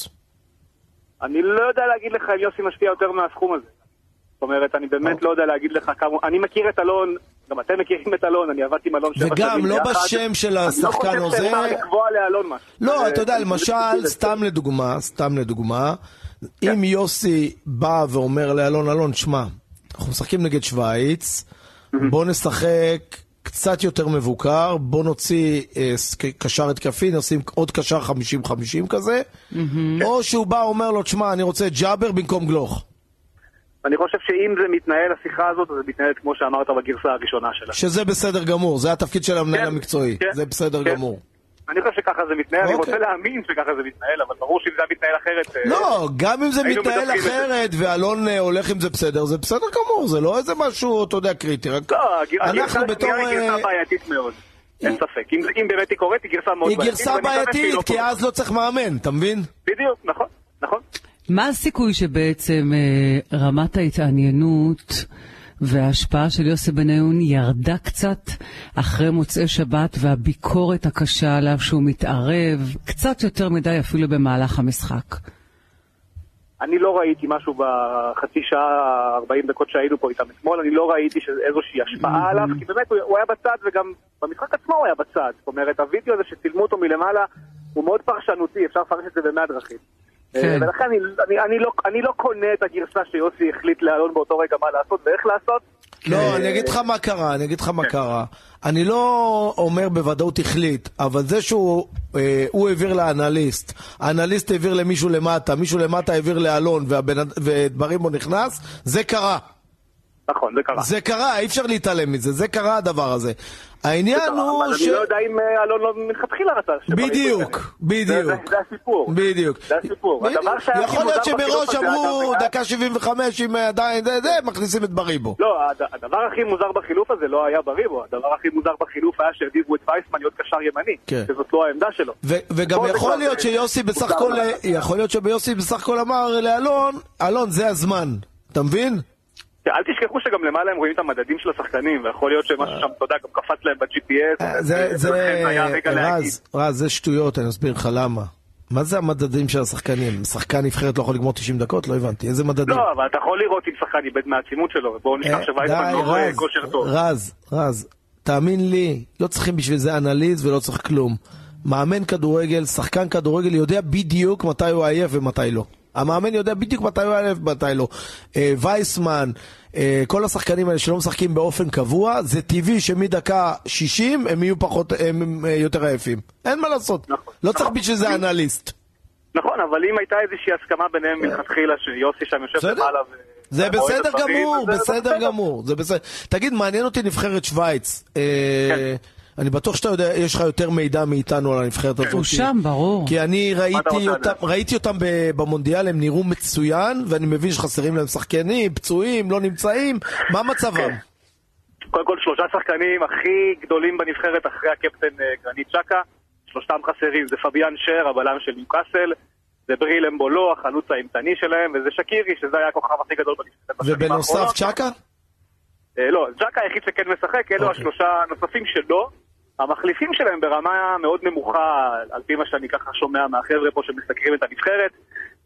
אני לא יודע להגיד לך אם יוסי משפיע יותר מהסכום הזה. זאת אומרת, אני באמת לא יודע להגיד לך כמה... אני מכיר את אלון, גם אתם מכירים את אלון, אני עבדתי עם אלון 7 שנים. וגם לא בשם של השחקן הזה. אני לא חושב שאפשר לקבוע לאלון משהו. לא, אתה יודע, למשל, סתם לדוגמה, אם יוסי בא ואומר לאלון, אלון, שמע, אנחנו משחקים נגד שוויץ, בוא נשחק קצת יותר מבוקר, בוא נוציא קשר התקפי, נשים עוד קשר 50-50 כזה, או שהוא בא ואומר לו, תשמע, אני רוצה ג'אבר במקום גלוך. אני חושב שאם זה מתנהל, השיחה הזאת, זה מתנהל כמו שאמרת בגרסה הראשונה שלה. שזה בסדר גמור, זה התפקיד של המנהל המקצועי, זה בסדר גמור. אני חושב שככה זה מתנהל, אני רוצה להאמין שככה זה מתנהל, אבל ברור שאם זה מתנהל אחרת... לא, גם אם זה מתנהל אחרת ואלון הולך עם זה בסדר גמור, זה לא איזה משהו, אתה יודע, קריטי. לא, הגרסה בעייתית מאוד, אין ספק. אם באמת היא קורית, היא גרסה מאוד בעייתית. היא גרסה בעייתית, כי אז לא צריך מאמן, אתה מבין? בדיוק, נכון. מה הסיכוי שבעצם רמת ההתעניינות וההשפעה של יוסי בניון ירדה קצת אחרי מוצאי שבת והביקורת הקשה עליו שהוא מתערב קצת יותר מדי אפילו במהלך המשחק? אני לא ראיתי משהו בחצי שעה 40 דקות שהיינו פה איתם אתמול, אני לא ראיתי איזושהי השפעה עליו, כי באמת הוא היה בצד וגם במשחק עצמו הוא היה בצד. זאת אומרת, הווידאו הזה שצילמו אותו מלמעלה הוא מאוד פרשנותי, אפשר לפרש את זה במאה דרכים. ולכן אני לא קונה את הגרסה שיוסי החליט לאלון באותו רגע מה לעשות ואיך לעשות. לא, אני אגיד לך מה קרה. אני לא אומר בוודאות החליט, אבל זה שהוא העביר לאנליסט, האנליסט העביר למישהו למטה, מישהו למטה העביר לאלון ודברים בו נכנס, זה קרה. נכון, זה קרה. זה קרה, אי אפשר להתעלם מזה, זה קרה הדבר הזה. העניין הוא אבל אני לא יודע אם אלון לא מלכתחילה רצה. בדיוק. זה הסיפור. יכול להיות שמראש אמרו דקה 75 עם עדיין זה, מכניסים את בריבו. לא, הדבר הכי מוזר בחילוף הזה לא היה בריבו. הדבר הכי מוזר בחילוף היה שהעדיפו את וייסמן להיות קשר ימני. שזאת לא העמדה שלו. וגם יכול להיות שיוסי בסך הכל אמר לאלון, אלון זה הזמן. אתה מבין? אל תשכחו שגם למעלה הם רואים את המדדים של השחקנים, ויכול להיות שמשהו שם, אתה יודע, גם קפץ להם ב-GPS. רז, זה שטויות, אני אסביר לך למה. מה זה המדדים של השחקנים? שחקן נבחרת לא יכול לגמור 90 דקות? לא הבנתי, איזה מדדים? לא, אבל אתה יכול לראות אם שחקן איבד מהעצימות שלו, ובואו נשכח שווייסמן לא כושר טוב. רז, תאמין לי, לא צריכים בשביל זה אנליז ולא צריך כלום. מאמן כדורגל, שחקן כדורגל יודע בדיוק מתי הוא עייף ומתי לא. המאמן יודע בדיוק מתי הוא עייף ומתי לא. וייסמן, כל השחקנים האלה שלא משחקים באופן קבוע, זה טבעי שמדקה 60 הם יהיו הם יותר עייפים. אין מה לעשות. לא צריך בשביל זה אנליסט. נכון, אבל אם הייתה איזושהי הסכמה ביניהם מלכתחילה שיוסי שם יושב למעלה זה בסדר גמור, בסדר גמור. תגיד, מעניין אותי נבחרת שוויץ. אני בטוח שאתה יודע, יש לך יותר מידע מאיתנו על הנבחרת הזאת. הוא שם, ברור. כי אני ראיתי אותם במונדיאל, הם נראו מצוין, ואני מבין שחסרים להם שחקנים, פצועים, לא נמצאים. מה מצבם? קודם כל, 3 שחקנים הכי גדולים בנבחרת אחרי הקפטן גרנית צ'קה. 3 חסרים, זה פביאן שר, הבלם של ניוקאסל, זה בריל אמבולו, החלוץ האימתני שלהם, וזה שקירי, שזה היה הכוכב הכי גדול בנבחרת. ובנוסף צ'קה? לא, צ'קה היחיד שכן משחק, אלו 3 נוספים שלו. המחליפים שלהם ברמה מאוד נמוכה, על פי מה שאני ככה שומע מהחבר'ה פה שמסקרים את הנבחרת.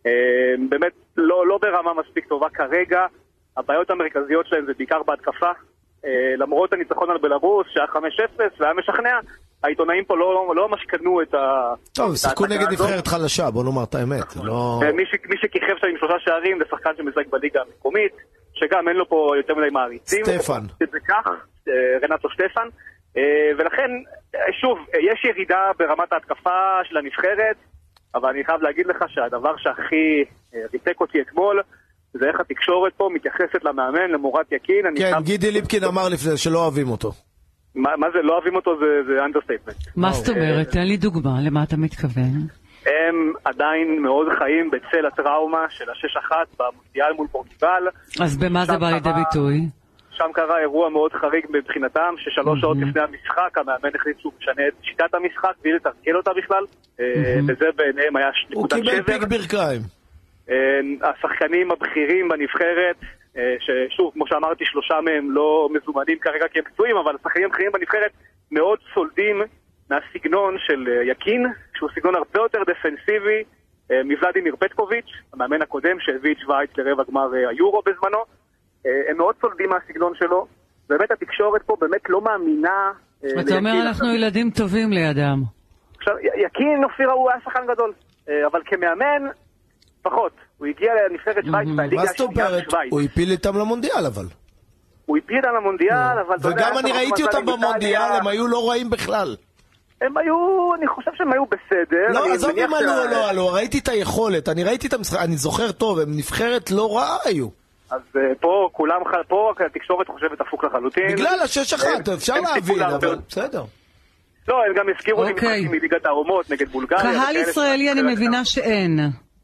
באמת לא ברמה מספיק טובה כרגע. הבעיות המרכזיות שלהם זה בעיקר בהתקפה. למרות הניצחון על בלרוס, שהיה 5-0 והיה משכנע, העיתונאים פה לא ממש קנו את ה... טוב, שחקו נגד נבחרת חלשה, בוא נאמר את האמת. מי שכיכב שם עם 3 שערים זה שחקן שמזג בליגה המקומית, שגם אין לו פה יותר מדי מעריצים. סטפן. זה כך, רנטו סטפן. ולכן, שוב, יש ירידה ברמת ההתקפה של הנבחרת, אבל אני חייב להגיד לך שהדבר שהכי ריתק אותי אתמול, זה איך התקשורת פה מתייחסת למאמן, למורת יקין. כן, גידי ליפקין אמר לפני שלא אוהבים אותו. מה זה לא אוהבים אותו? זה אנדרסטייטמנט. מה זאת אומרת? תן לי דוגמה, למה אתה מתכוון? הם עדיין מאוד חיים בצל הטראומה של ה-6-1 במונדיאל מול פורטוגל. אז במה זה בא לידי ביטוי? שם קרה אירוע מאוד חריג מבחינתם, ש3 שעות לפני המשחק, המאמן החליט שהוא משנה את שיטת המשחק, בלי לתרגל אותה בכלל, וזה ביניהם היה נקודת שבר. הוא קיבל פיק ברכיים. השחקנים הבכירים בנבחרת, ששוב, כמו שאמרתי, 3 מהם לא מזומנים כרגע כי הם פצועים, אבל השחקנים הבכירים בנבחרת מאוד סולדים מהסגנון של יקין, שהוא סגנון הרבה יותר דפנסיבי, מוולדימיר פטקוביץ', המאמן הקודם שהביא את שווייץ לרבע גמר היורו בזמנו. הם מאוד סולדים מהסגנון שלו. באמת התקשורת פה באמת לא מאמינה. אתה אומר אנחנו ילדים טובים לידם. עכשיו, יקין אופירה הוא היה שחקן גדול, אבל כמאמן פחות. הוא הגיע לנבחרת שווייץ בליגה השנייה בשווייץ. הוא הפיל איתם למונדיאל אבל. הוא הפיל איתם למונדיאל, אבל... וגם אני ראיתי אותם במונדיאל, הם היו לא רעים בכלל. הם היו, אני חושב שהם היו בסדר. לא, עזוב אם עלו או לא עלו, ראיתי את היכולת, אני ראיתי את המשחק, אני זוכר טוב, הם נבחרת לא רעה היו. אז פה התקשורת חושבת הפוך לחלוטין. בגלל ה-6-1, אפשר להבין, אבל בסדר. לא, הם גם הזכירו לי משחקים מליגת האומות נגד בולגריה. קהל ישראלי אני מבינה שאין.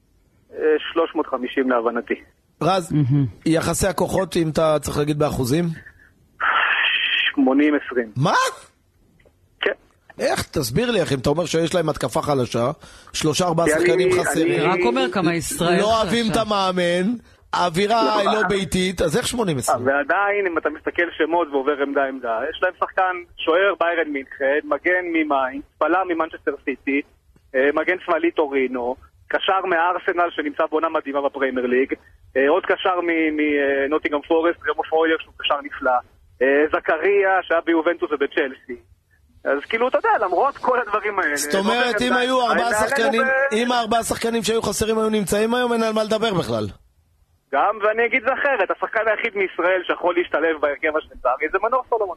350 להבנתי. רז, יחסי הכוחות, אם אתה צריך להגיד באחוזים? 80-20. מה? כן. איך? תסביר לי, אם אתה אומר שיש להם התקפה חלשה, 3-4 שחקנים חסרים. רק אומר כמה ישראל לא אוהבים את המאמן, האווירה היא לא ביתית, אז איך 80-20? ועדיין, אם אתה מסתכל שמות ועובר עמדה, יש להם שחקן שוער ביירן מינכן, מגן ממיינדס, בלם ממנצ'סטר סיטי, מגן שמאלי טורינו, קשר מארסנל שנמצא בעונה מדהימה בפריימר ליג, עוד קשר מנוטינגהאם פורסט, רמו פרוילר שהוא קשר נפלא, זכריה שהיה ביובנטוס ובצ'לסי. אז כאילו, אתה יודע, למרות כל הדברים האלה... זאת אומרת, אם היו 4 שחקנים, אם 4 שחקנים שהיו חסרים היו נמצאים היום, אין על מה לדבר בכלל. גם, ואני אגיד זה אחרת, השחקן היחיד מישראל שיכול להשתלב בהרכב השוויצרי זה מנור סולומון.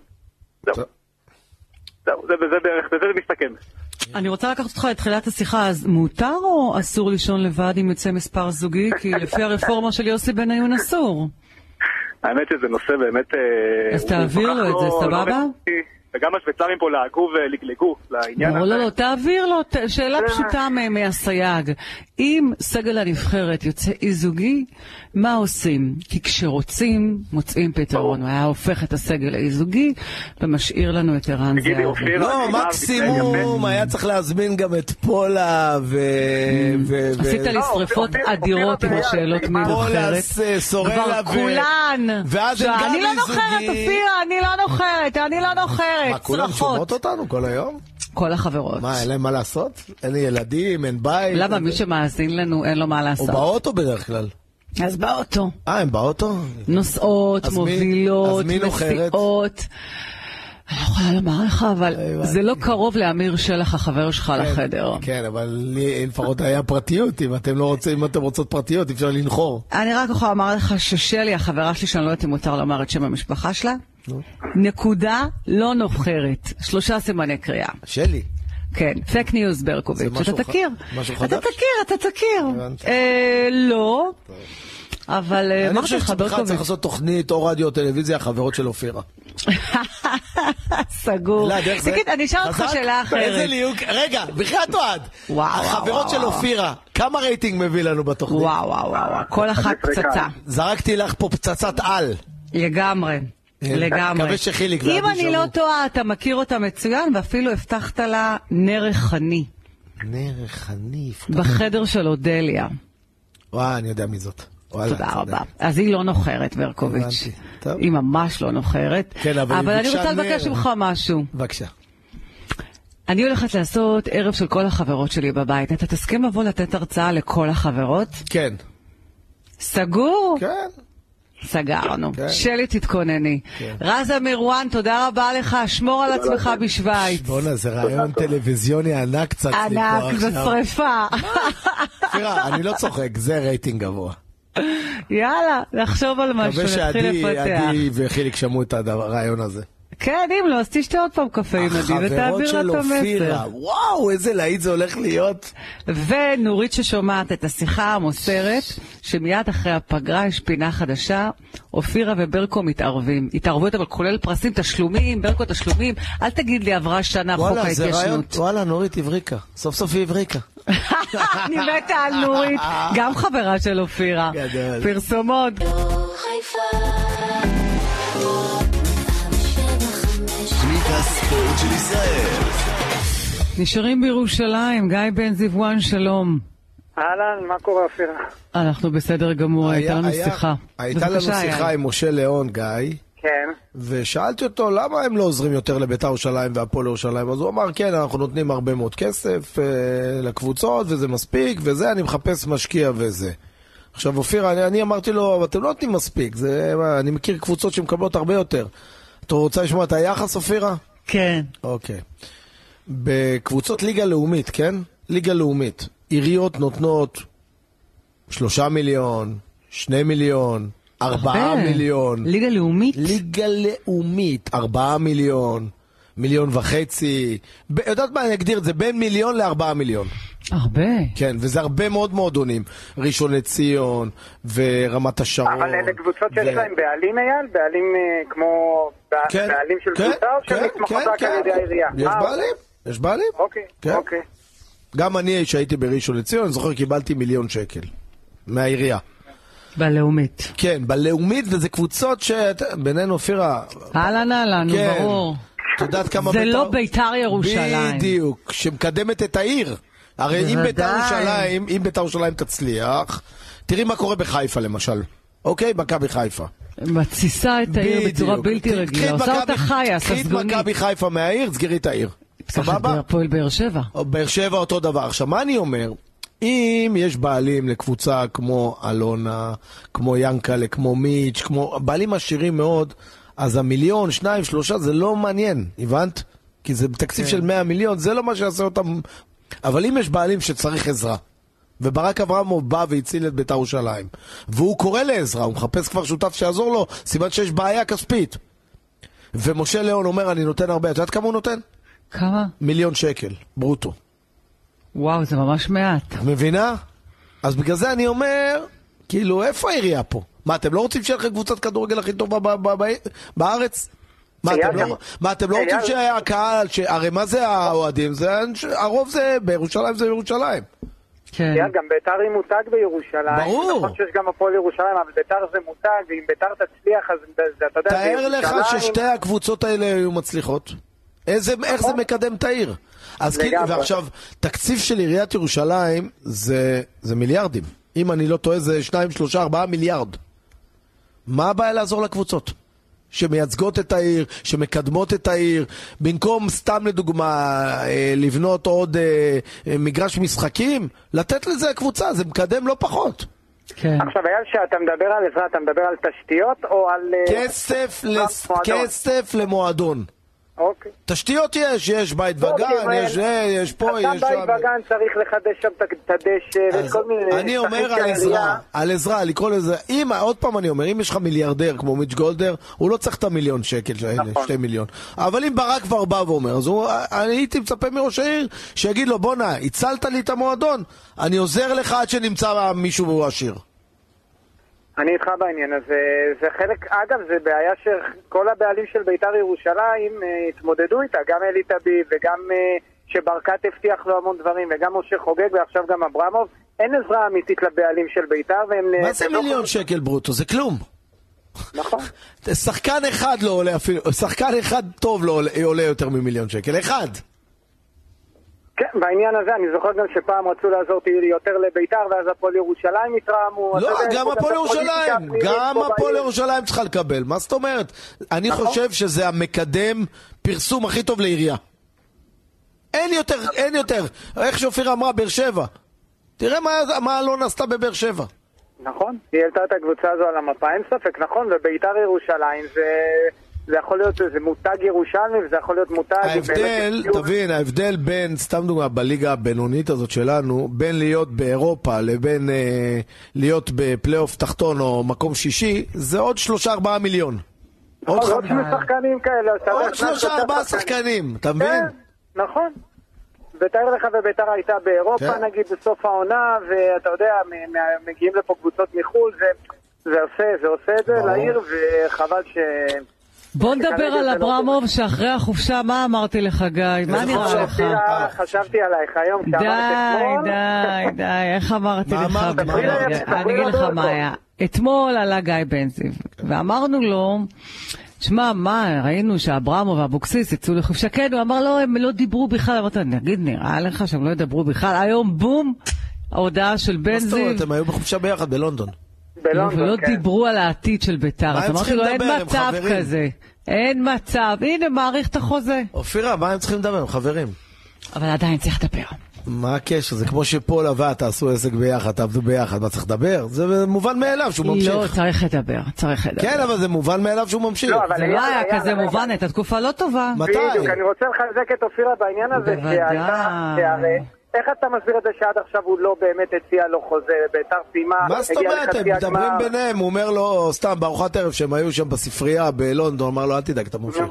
זהו, זה בערך, בזה זה מסתכם. אני רוצה לקחת אותך לתחילת השיחה, אז מותר או אסור לישון לבד אם יוצא מספר זוגי? כי לפי הרפורמה של יוסי בניון אסור. האמת שזה נושא באמת... אז תעביר לו את זה, סבבה? וגם השוויצרים פה לעגו ולגלגו לעניין הזה. לא, תעביר לו, שאלה פשוטה מהסייג. אם סגל הנבחרת יוצא אי זוגי, מה עושים? כי כשרוצים, מוצאים פתרון. הוא היה הופך את הסגל לאי זוגי, ומשאיר לנו את ערן זהבי. לא, מקסימום, היה צריך להזמין גם את פולה עשית לי שריפות אדירות עם השאלות מנבחרת. פולה, סורלה כולן. אני לא נוחרת, אופירה, אני לא נוחרת. מה, כולם שומעות אותנו כל היום? כל החברות. מה, אין להם מה לעשות? אין לי ילדים, אין בית? למה, מי שמאזין לנו אין לו מה לעשות? או באוטו בדרך כלל. אז באוטו. הם באוטו? נוסעות, מובילות, מסיעות. אני לא יכולה לומר לך, אבל זה לא קרוב לאמיר שלח החבר שלך לחדר. כן, אבל לפחות היה פרטיות. אם אתם לא רוצים, אם אתם רוצות פרטיות, אפשר לנחור. אני רק יכולה לומר לך ששלי, החברה שלי, שאני לא יודעת אם מותר לומר את שם המשפחה שלה, נקודה לא נובחרת. 3 סימני קריאה. שלי? כן, פייק ניוז ברקוביץ'. אתה תכיר. משהו חדש? אתה תכיר. לא. אבל אני חושב שבכלל צריך לעשות תוכנית או רדיו או טלוויזיה, החברות של אופירה. סגור. תגיד, אני אשאל אותך שאלה אחרת. איזה ליהוק, רגע, בכלל תועד. החברות של אופירה, כמה רייטינג מביא לנו בתוכנית? וואו, כל אחת פצצה. זרקתי לך פה פצצת על. לגמרי. מקווה שחיליק אם אני לא טועה, אתה מכיר אותה מצוין, ואפילו הבטחת לה נר ריחני. נר ריחני. בחדר של אודליה. וואי, אני יודע מי זאת. תודה רבה. אז היא לא נוחרת, ברקוביץ'. היא ממש לא נוחרת. אבל אני רוצה לבקש ממך משהו. בבקשה. אני הולכת לעשות ערב של כל החברות שלי בבית. אתה תסכים לבוא לתת הרצאה לכל החברות? כן. סגור? כן. סגרנו. כן. שלי תתכונני. כן. רזה מירואן, תודה רבה לך. שמור על עצמך בשוויץ. בונה, זה רעיון טלוויזיוני ענק צץ לי פה עכשיו. ענק, זה שריפה. תראה, אני לא צוחק, זה רייטינג גבוה. יאללה, לחשוב על משהו, נתחיל לפתח. מקווה שעדי וחיליק שמעו את הרעיון הזה. כן, אם לא, אז תשתה עוד פעם קפה עם עדי ותעביר לה את המסר. וואו, איזה להיט זה הולך להיות. ונורית ששומעת את השיחה המוסרת, שמיד אחרי הפגרה יש פינה חדשה, אופירה וברקו מתערבים. התערבויות אבל כולל פרסים, תשלומים, ברקו תשלומים. אל תגיד לי עברה שנה חוק ההתיישנות. וואלה, נורית הבריקה. סוף סוף היא הבריקה. אני מתה על נורית, גם חברה של אופירה. פרסומות. הספורט של ישראל. נשארים בירושלים, גיא בן זיוואן, שלום. אהלן, מה קורה אופירה? אנחנו בסדר גמור, הייתה לנו שיחה. הייתה לנו שיחה עם משה ליאון, גיא. כן. ושאלתי אותו למה הם לא עוזרים יותר לבית"ר ירושלים והפועל ירושלים. אז הוא אמר כן, אנחנו נותנים הרבה מאוד כסף לקבוצות וזה מספיק וזה, אני מחפש משקיע וזה. עכשיו אופירה, אני אמרתי לו, אבל אתם לא נותנים מספיק, אני מכיר קבוצות שמקבלות הרבה יותר. אתה רוצה לשמוע את היחס, אופירה? כן. אוקיי. בקבוצות ליגה לאומית, כן? ליגה לאומית. עיריות נותנות 3 מיליון, 2 מיליון, 4 מיליון. ליגה לאומית? ליגה לאומית, 4 מיליון, 1.5 מיליון. יודעת מה אני אגדיר את זה? בין 1 מיליון ל4 מיליון. הרבה. כן, וזה הרבה מאוד מועדונים. ראשון לציון ורמת השרון. אבל אלה קבוצות שיש להם בעלים, אייל? בעלים כמו בעלים של קבוצה או שהם נתמכות רק על ידי העירייה? יש בעלים, יש בעלים. אוקיי. גם אני שהייתי בראשון לציון, אני זוכר קיבלתי 1 מיליון שקל מהעירייה. בלאומית. כן, בלאומית, וזה קבוצות שבינינו אופירה. אהלן, ברור. אתה יודעת כמה זה לא בית"ר ירושלים. בדיוק, שמקדמת את העיר. הרי אם בית"ר ירושלים תצליח, תראי מה קורה בחיפה למשל. אוקיי? מכבי חיפה. מתסיסה את העיר בצורה בלתי רגילה. עושה אותה חיה, ססגונית. קחי את מכבי חיפה מהעיר, סגרי את העיר. סבבה? הפועל באר שבע. באר שבע אותו דבר. עכשיו, מה אני אומר? אם יש בעלים לקבוצה כמו אלונה, כמו ינקלה, כמו מיץ', כמו בעלים עשירים מאוד, אז 1 מיליון, 2, 3, זה לא מעניין, הבנת? כי זה בתקציב של 100 מיליון, זה לא מה שיעשה אותם. אבל אם יש בעלים שצריך עזרה, וברק אברמוב בא והציל את בית"ר ירושלים, והוא קורא לעזרה, הוא מחפש כבר שותף שיעזור לו, סימן שיש בעיה כספית. ומשה ליאון אומר, אני נותן הרבה, את יודעת כמה הוא נותן? כמה? 1 מיליון שקל, ברוטו. וואו, זה ממש מעט. מבינה? אז בגלל זה אני אומר, כאילו, איפה העירייה פה? מה, אתם לא רוצים שיהיה לכם קבוצת כדורגל הכי טובה בארץ? מה, אתם לא רוצים שהקהל, הרי מה זה האוהדים? הרוב זה בירושלים, זה בירושלים. כן. גם בית"ר היא מותג בירושלים. ברור. נכון שיש גם הפועל ירושלים, אבל בית"ר זה מותג, ואם בית"ר תצליח, אז אתה יודע... תאר לך ששתי הקבוצות האלה היו מצליחות. איך זה מקדם את העיר? אז כאילו, ועכשיו, תקציב של עיריית ירושלים זה מיליארדים. אם אני לא טועה, זה 2, 3, 4 מיליארד. מה הבעיה לעזור לקבוצות? שמייצגות את העיר, שמקדמות את העיר, במקום סתם לדוגמה לבנות עוד מגרש משחקים, לתת לזה הקבוצה, זה מקדם לא פחות. כן. עכשיו, אייל, שאתה מדבר על עזרה, אתה מדבר על תשתיות או על... כסף למועדון. אוקיי. תשתיות יש בית וגן, יש פה, יש שם. בית וגן צריך לחדש שם את הדשא ואת כל מיני... אני אומר על עזרה, לקרוא לזה, עוד פעם אני אומר, אם יש לך מיליארדר כמו מיץ' גולדהר, הוא לא צריך את 1 מיליון שקל, 2 מיליון. אבל אם ברק כבר בא ואומר, אז אני הייתי מצפה מראש העיר, שיגיד לו, בונה, הצלת לי את המועדון, אני עוזר לך עד שנמצא מישהו עשיר. אני איתך בעניין הזה, זה חלק, אגב, זה בעיה שכל הבעלים של בית"ר ירושלים התמודדו איתה, גם אלי טביב וגם שברקת הבטיח לו המון דברים, וגם משה חוגג ועכשיו גם אברמוב, אין עזרה אמיתית לבעלים של בית"ר, והם... מה זה 1 מיליון שקל ברוטו? זה כלום. נכון. שחקן אחד לא עולה אפילו, שחקן אחד טוב לא עולה יותר מ1 מיליון שקל, אחד. כן, בעניין הזה אני זוכר גם שפעם רצו לעזור יותר לבית"ר, ואז הפועל ירושלים התרעמו. לא, גם הפועל ירושלים, גם הפועל ירושלים צריכה לקבל, מה זאת אומרת? אני חושב שזה המקדם פרסום הכי טוב לעירייה. אין יותר. איך שאופיר אמרה, באר שבע. תראה מה לא נעשתה בבאר שבע. נכון, היא העלתה את הקבוצה הזו על המפה, אין ספק, נכון, ובית"ר ירושלים זה יכול להיות איזה מותג ירושלמי, וזה יכול להיות מותג... ההבדל בין, סתם דוגמה, בליגה הבינונית הזאת שלנו, בין להיות באירופה לבין להיות בפלייאוף תחתון או מקום שישי, זה עוד 3-4 מיליון. עוד 2 שחקנים כאלה. עוד 3-4 שחקנים, אתה מבין? נכון. ותאר לך ובית"ר הייתה באירופה נגיד בסוף העונה, ואתה יודע, מגיעים לפה קבוצות מחול, זה עושה את זה לעיר, וחבל ש... בוא נדבר על אברמוב שאחרי החופשה, מה אמרתי לך גיא? מה נראה לך? חשבתי עלייך היום, די, איך אמרתי לך? אני אגיד לך מה היה. אתמול עלה גיא בן זיו, ואמרנו לו, שמע, מה, ראינו שאברמוב ואבוקסיס יצאו לחופשה, כן, הוא אמר לו, הם לא דיברו בכלל, אמרת, נגיד, נראה לך שהם לא ידברו בכלל, היום בום, ההודעה של בן זיו. מה זאת אומרת, הם היו בחופשה ביחד בלונדון. ולא דיברו על העתיד של בית"ר, אז אמרתי לו, אין מצב כזה, אין מצב, הנה מעריך את החוזה. אופירה, מה הם צריכים לדבר? הם חברים. אבל עדיין צריך לדבר. מה הקשר? זה כמו שפול אבא תעשו עסק ביחד, תעבדו ביחד, מה צריך לדבר? זה מובן מאליו שהוא ממשיך. לא, צריך לדבר. כן, אבל זה מובן מאליו שהוא ממשיך. זה לא היה כזה מובן, את התקופה לא טובה. מתי? בדיוק, אני רוצה לחזק את אופירה בעניין הזה, איך אתה מסביר את זה שעד עכשיו הוא לא באמת הציע לו חוזה, בית"ר סיימה, מה זאת אומרת? הם מדברים ביניהם, הוא אומר לו, סתם, בארוחת ערב שהם היו שם בספרייה בלונדון, אמר לו, אל תדאג, אתה ממשיך.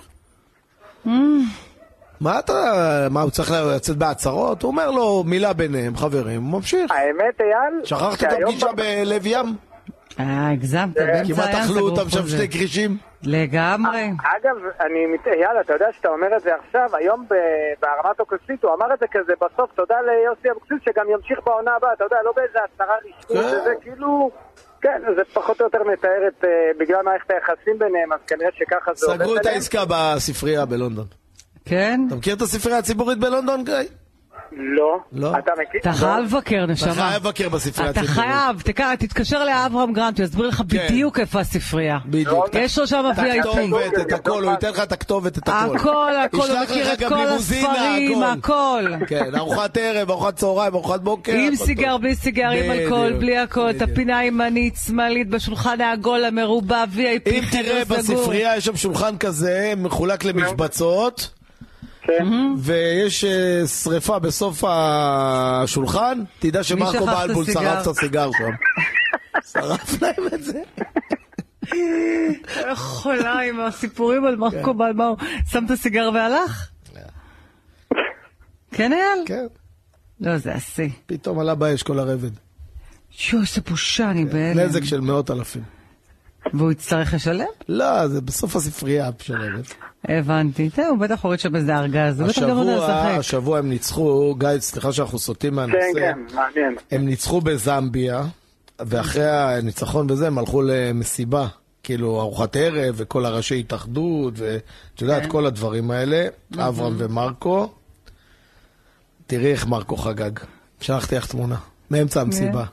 מה, הוא צריך לצאת בהצהרות? הוא אומר לו, מילה ביניהם, חברים, הוא ממשיך. האמת, אייל... שכחת את הפגישה בלב ים? הגזמת, כמעט אכלו אותם שם 2 קרישים. לגמרי. אגב, יאללה, אתה יודע שאתה אומר את זה עכשיו, היום בהרמת אוקסית, הוא אמר את זה כזה בסוף, תודה ליוסי אבוקסיס שגם ימשיך בעונה הבאה, אתה יודע, לא באיזה הצהרה רשמית, זה כאילו, כן, זה פחות או יותר מתאר את, בגלל מערכת היחסים ביניהם, אז כנראה שככה זה עובד. סגרו את העסקה בספרייה בלונדון. כן? אתה מכיר את הספרייה הציבורית בלונדון, גיא? לא. אתה מכיר? אתה חייב לבקר, נשמה. אתה חייב לבקר בספרייה הציבורית. אתה חייב, תתקשר לאברהם גרנט, הוא יסביר לך בדיוק איפה הספרייה. בדיוק. יש לו שם VIP. את הכל, הוא ייתן לך את הכתובת, את הכל. הכל, הוא מכיר את כל הספרים, הכל. כן, ארוחת ערב, ארוחת צהריים, ארוחת בוקר. עם סיגר, בלי סיגר, עם אלכוהול, בלי הכל, את הפינה הימנית, שמאלית, בשולחן העגול המרובע, VIP. אם תראה בספרייה, יש שם שולחן כזה, מחולק למשבצות. ויש שריפה בסוף השולחן, תדע שמרקו באלבול שרף את הסיגר שם. שרף להם את זה. איך חולה עם הסיפורים על מרקו באלבול. שם את הסיגר והלך? כן אייל? כן. לא, זה עשי. פתאום עלה באש כל הרבד. זה בושה, אני בהלם. נזק של 100,000. והוא יצטרך לשלם? לא, זה בסוף הספרייה משלמת. הבנתי. הוא בטח הוריד שם איזה ארגז. השבוע הם ניצחו, גיא, סליחה שאנחנו סוטים מהנושא. כן, מעניין. הם ניצחו בזמביה, ואחרי הניצחון בזה הם הלכו למסיבה. כאילו ארוחת ערב וכל הראשי התאחדות, ואת יודעת, כל הדברים האלה. אברהם ומרקו. תראי איך מרקו חגג. שלחתי לך תמונה. מאמצע המסיבה.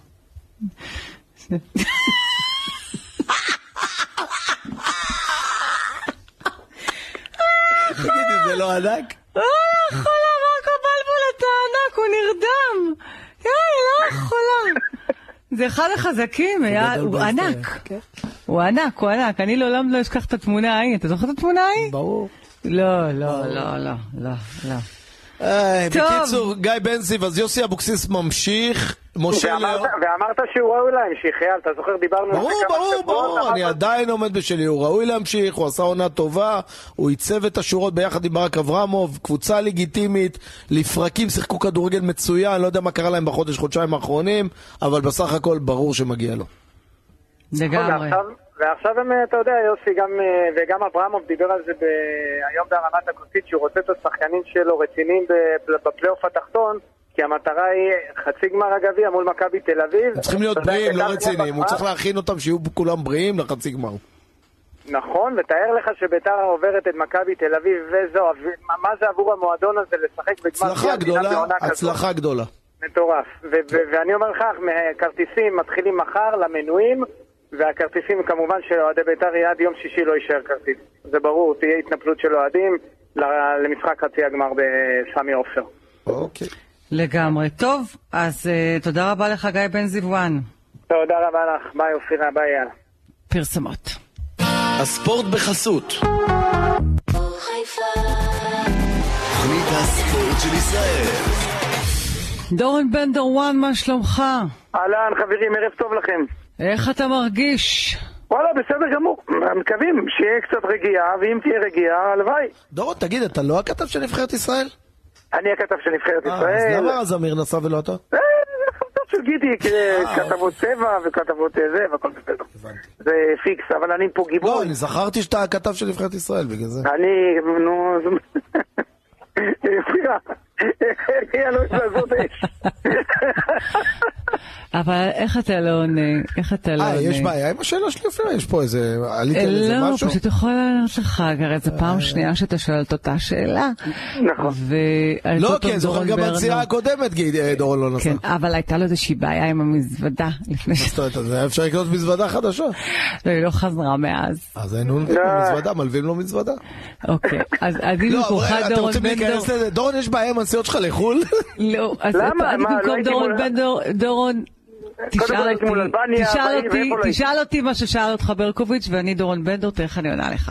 תגידי, זה לא ענק? חולה, מרקו בלבול, אתה ענק, הוא נרדם. לא חולה. זה אחד החזקים, הוא ענק. הוא ענק, הוא ענק. אני לעולם לא אשכח את התמונה ההיא. אתה זוכר את התמונה ההיא? ברור. לא. בקיצור, גיא בן זיו, אז יוסי אבוקסיס ממשיך, ואמרת שהוא ראוי להמשיך, אתה זוכר, דיברנו... ברור, אני עדיין עומד בשלי, הוא ראוי להמשיך, הוא עשה עונה טובה, הוא ייצב את השורות ביחד עם ברק אברמוב, קבוצה לגיטימית, לפרקים שיחקו כדורגל מצוין, לא יודע מה קרה להם חודשיים האחרונים, אבל בסך הכל ברור שמגיע לו. לגמרי. ועכשיו הם, אתה יודע, יוסי, וגם אברמוב דיבר על זה היום בהרמת הכוסית, שהוא רוצה את השחקנים שלו רציניים בפלייאוף התחתון, כי המטרה היא חצי גמר הגביע מול מכבי תל אביב. הם צריכים להיות בריאים, לא רציניים, הוא צריך להכין אותם שיהיו כולם בריאים לחצי גמר. נכון, ותאר לך שביתר עוברת את מכבי תל אביב, וזו, מה זה עבור המועדון הזה לשחק בגמר? הצלחה גדולה. מטורף. ואני אומר לך, כרטיסים מתחילים מחר למנויים, והכרטיסים כמובן שאוהדי ביתר עד יום שישי לא יישאר כרטיס. זה ברור, תהיה התנפלות של אוהדים למשחק חצי הגמר בסמי עופר. אוקיי. לגמרי. טוב, אז תודה רבה לך גיא בן זיוון. תודה רבה לך, ביי אופירה, ביי יאללה. פרסמות. הספורט בחסות. תוכנית הספורט של ישראל. דורון בנדר וואן, מה שלומך? אהלן חברים, ערב טוב לכם. איך אתה מרגיש? וואלה, בסדר גמור. מקווים שיהיה קצת רגיעה, ואם תהיה רגיעה, הלוואי. דורון, תגיד, אתה לא הכתב של נבחרת ישראל? אני הכתב של נבחרת ישראל. אז למה זמיר נסע ולא אתה? זה חמדות של גידי, כתבות צבע וכתבות זה, והכל בסדר. זה פיקס, אבל אני פה גיבוי. לא, אני זכרתי שאתה הכתב של נבחרת ישראל, בגלל זה. אני, נו... אני לא יכול לעשות אש. אבל איך אתה לא עונה? איך אתה לא עונה? יש בעיה עם השאלה שלי אפילו? יש פה איזה... עליתי על איזה משהו? לא, פשוט יכול לענות לך, הרי זו פעם שנייה שאתה שואלת אותה שאלה. נכון. לא, כן, זוכר גם בנסיעה הקודמת, דורון לא נסע. כן, אבל הייתה לו איזושהי בעיה עם המזוודה לפני ש... זה היה אפשר לקנות מזוודה חדשה. לא, היא לא חזרה מאז. אז היינו נותנים לו מזוודה, מלווים לו מזוודה. אוקיי, אז עדיין במקומך דורון בנדר... דורון, יש בעיה עם הנסיעות שלך לחו"ל? לא, אז עדיין במקום דורון בנדר, דורון... תשאל אותי מה ששאל אותך ברקוביץ' ואני דורון בנדר, תראה איך אני עונה לך.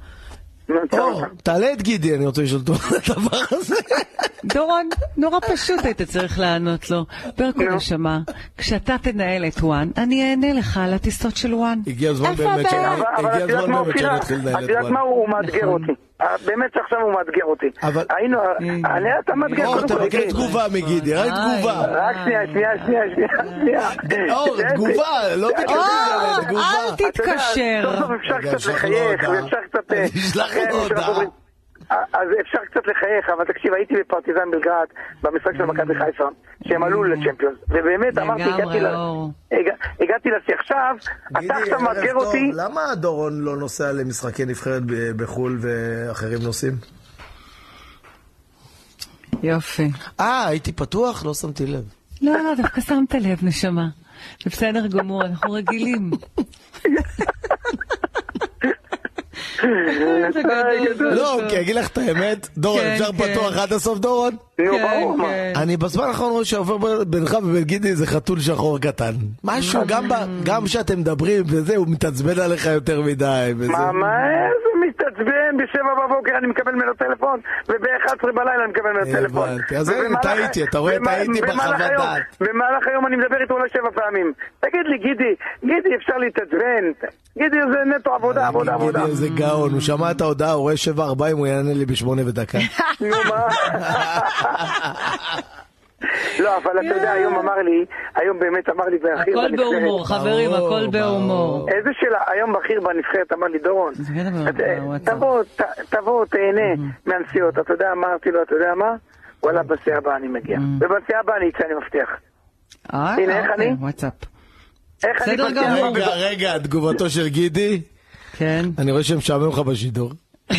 תעלה את גידי, אני רוצה לשאול אותו את הדבר הזה. דורון, נורא פשוט היית צריך לענות לו. ברקוביץ' נשמה, כשאתה תנהל את וואן, אני אענה לך על הטיסות של וואן. הגיע הזמן באמת שאני אתחיל לנהל את את יודעת מה, הוא מאתגר אותי. באמת שעכשיו הוא מאתגר אותי. היינו, אתה מאתגר. תבקר תגובה מגידי, רק תגובה. רק שנייה. תגובה, לא ביקשתי תגובה. אל תתקשר. טוב, אפשר קצת לחייך, ואפשר קצת... נשלח לו הודעה. אז אפשר קצת לחייך, אבל תקשיב, הייתי בפרטיזן בלגרד, במשחק של מכבי חיפה, שהם עלו לצ'מפיונס, ובאמת אמרתי, הגעתי לשיא עכשיו, אתה עכשיו מאתגר אותי. למה דורון לא נוסע למשחקי נבחרת בחול ואחרים נוסעים? יופי. הייתי פתוח? לא שמתי לב. לא, דווקא שמת לב, נשמה. זה בסדר גמור, אנחנו רגילים. לא, כי אגיד לך את האמת, דורון, אפשר פתוח עד הסוף, דורון? אני בזמן האחרון רואה שעובר בינך ובין גידי איזה חתול שחור קטן. משהו, גם כשאתם מדברים וזה, הוא מתעצבן עליך יותר מדי. מה איזה מתעצבן? ב7 בבוקר אני מקבל ממנו טלפון, וב11 בלילה אני מקבל ממנו טלפון. אז טעיתי, אתה רואה, טעיתי בחוות דעת. במהלך היום אני מדבר איתו אולי 7 פעמים. תגיד לי, גידי, אפשר להתעצבן. גידי זה נטו עבודה. גידי איזה גאון, הוא שמע את ההודעה, הוא רואה 7:40, הוא יענה לי ב8 ודקה. נו מה? לא, אבל אתה יודע, היום באמת אמר לי בכיר הכל בהומור, חברים, הכל בהומור. איזה שאלה, היום בכיר בנבחרת אמר לי, דורון, תבוא, תהנה מהנסיעות, אתה יודע, אמרתי לו, אתה יודע מה? וואלה, בנסיעה הבאה אני מגיע. ובנסיעה הבאה אני אצא, אני מבטיח. הנה, איך אני? וואטסאפ. איך אני מבטיח? רגע, תגובתו של גידי. כן. אני רואה שהם משעמם לך בשידור.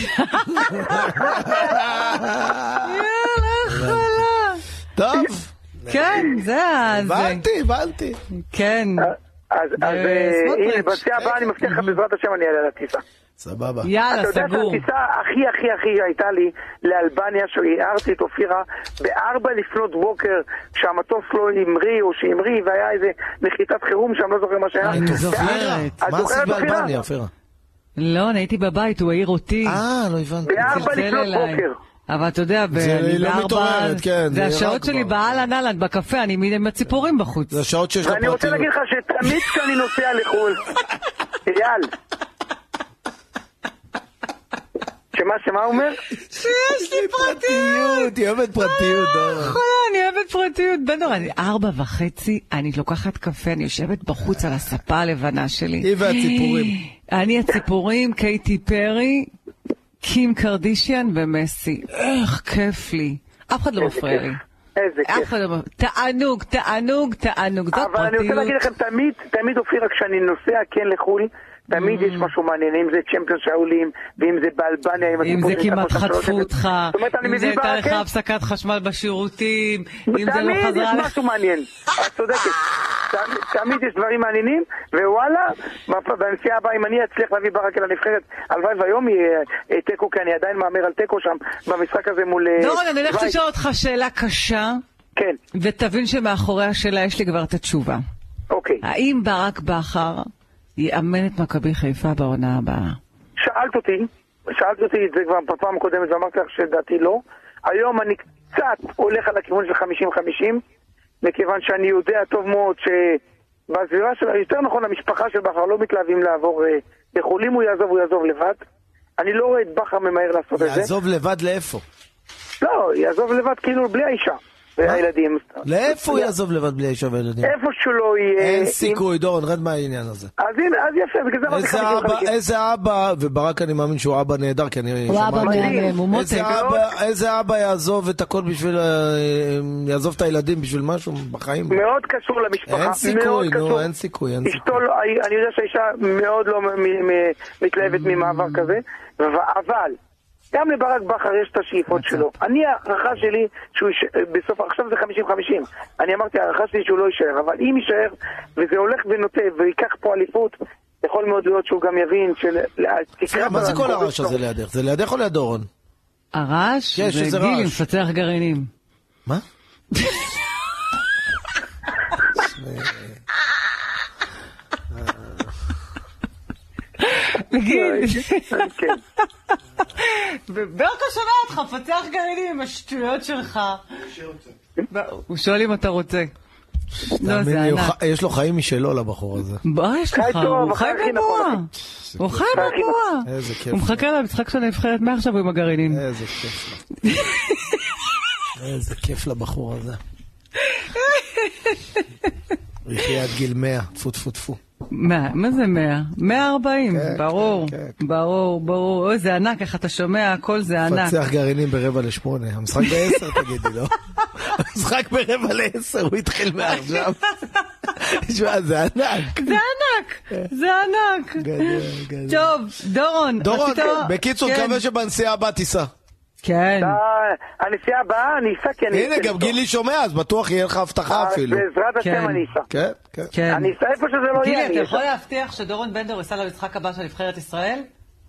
יאללה, חלה. טוב. כן, זה... הבנתי. כן. אז הנה, בנסיעה הבאה אני מבטיח לך בעזרת השם אני אעלה לטיסה. סבבה. יאללה, סגור. אתה יודע שהטיסה הכי הייתה לי לאלבניה, שהערתי את אופירה ב4 לפנות בוקר, שהמטוס לא המריא או שהמריא, והיה איזה נחיתת חירום שם, לא זוכר מה שהיה. אני זוכרת. מה עשית באלבניה, אופירה? לא, אני הייתי בבית, הוא העיר אותי. לא הבנתי. ב4 לפנות בוקר. אבל אתה יודע, זה השעות שלי באלן, בקפה, אני עם הציפורים בחוץ. זה השעות שיש ואני רוצה להגיד לך שתמיד כשאני נוסע לחו"ל, אייל, שמה הוא אומר? שיש לי פרטיות. היא אוהבת פרטיות. אני אוהבת פרטיות. בנור, 4:30, אני לוקחת קפה, אני יושבת בחוץ על הספה הלבנה שלי. היא והציפורים. אני הציפורים, קייטי פרי, קים קרדישיאן ומסי. איך כיף לי. אף אחד לא מפריע לי. איזה כיף. תענוג. זאת פרטיות. אבל אני רוצה להגיד לכם, תמיד אופירה, כשאני נוסע כן לחו"ל, תמיד יש משהו מעניין, אם זה צ'מפיונס שעולים, ואם זה באלבניה, אם זה כמעט חטפו אותך, אם זה הייתה לך הפסקת חשמל בשירותים, אם זה לא חזרה לך... תמיד יש משהו מעניין, את צודקת. תמיד יש דברים מעניינים, ווואלה, בנסיעה הבאה, אם אני אצליח להביא ברק אל הנבחרת, הלוואי והיום יהיה תיקו, כי אני עדיין מאמר על תיקו שם, במשחק הזה מול... דורון, אני הולכת לשאול אותך שאלה קשה, כן. ותבין שמאחורי השאלה יש לי כבר את התשובה. אוקיי. האם ברק בכר יאמן את מכבי חיפה בעונה הבאה? שאלת אותי את זה כבר בפעם הקודמת ואמרתי לך שדעתי לא. היום אני קצת הולך על הכיוון של 50-50, מכיוון שאני יודע טוב מאוד שבסביבה שלה, יותר נכון המשפחה של בכר לא מתלהבים לעבור בחול. אם הוא יעזוב לבד. אני לא רואה את בכר ממהר לעשות את זה. יעזוב לבד לאיפה? לא, יעזוב לבד כאילו בלי האישה והילדים. לאיפה הוא יעזוב לבד בלי האישה והילדים? איפה שלא יהיה... אין סיכוי, דורון, רד מהעניין הזה. אז יפה, בגלל זה אמרתי 50-50. איזה אבא, וברק אני מאמין שהוא אבא נהדר, כי אני... הוא אבא מהמם, הוא מותק. איזה אבא יעזוב את הכל בשביל... יעזוב את הילדים בשביל משהו בחיים? מאוד קשור למשפחה. אין סיכוי, נו, אין סיכוי. אני יודע שהאישה מאוד לא מתלהבת ממעבר כזה, אבל... גם לברק בכר יש את השאיפות שלו. אני, הערכה שלי, בסוף, עכשיו זה 50-50. אני אמרתי, הערכה שלי שהוא לא יישאר, אבל אם יישאר, וזה הולך ונוטה, ויקח פה אליפות, יכול מאוד להיות שהוא גם יבין מה זה כל הרעש הזה לידך? זה לידך או ליד דורון? הרעש? זה גיל, מפצח גרעינים. מה? גיל. וברקו שומע אותך, פצח גרעינים עם השטויות שלך. הוא שואל אם אתה רוצה. יש לו חיים משלו לבחור הזה. יש לך, הוא חי בבוע. הוא חי בבוע. איזה כיף. הוא מחכה למשחק של הנבחרת מעכשיו עם הגרעינים. איזה כיף לו. איזה כיף לבחור הזה. הוא יחיה עד גיל 100, טפו טפו טפו. מה זה 100? 140, ברור. זה ענק, איך אתה שומע, הכל זה ענק. פצח גרעינים ב7:45, המשחק ב10 תגידי, לא? המשחק ב7:45, הוא התחיל מעכשיו. תשמע, זה ענק. זה ענק. טוב, דורון. דורון, בקיצור, קווה שבנסיעה הבאה תיסע. כן. הנסיעה הבאה, אני אסע כי אני... הנה, גם גילי שומע, אז בטוח יהיה לך הבטחה אפילו. בעזרת השם אני אסע. כן. אני אסע איפה שזה לא יהיה. גילי, אתה יכול להבטיח שדורון בנדור יסע למשחק הבא של נבחרת ישראל?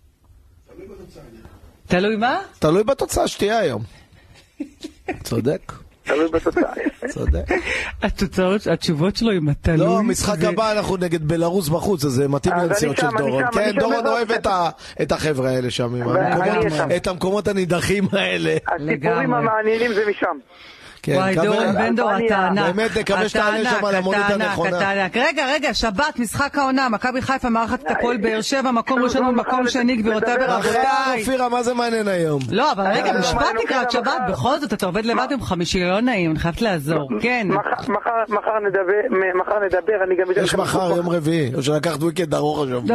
תלוי מה? תלוי בתוצאה שתהיה היום. צודק. תלוי בתוצאה. צודק. התשובות שלו עם התלוי. לא, משחק הבא אנחנו נגד בלרוס בחוץ, אז זה מתאים לנסיעות של דורון. כן, דורון אוהב את החבר'ה האלה שם, את המקומות הנידחים האלה. הסיפורים המעניינים זה משם. וואי, דורון בנדור, אתה ענק. באמת, נקווה שתעלה שם על המונית הנכונה. רגע, שבת, משחק העונה, מכבי חיפה מארחת את הפועל באר שבע, מקום ראשון ומקום שני, גבירותיי ורבותיי. אופירה, מה זה מעניין היום? לא, אבל רגע, משפט לקראת שבת, בכל זאת, אתה עובד לבד עם חמישי, לא נעים, אני חייבת לעזור, כן. מחר נדבר, אני גם... יש מחר, יום רביעי, או שלקחת וויקנד ארוך השבוע.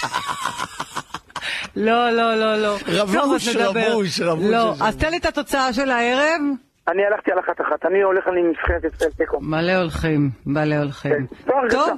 לא. רבוש. לא, אז תן לי את התוצאה של הערב. אני הלכתי על אחת. אני הולך על נבחרת ישראל תיקו. מלא הולכים. טוב.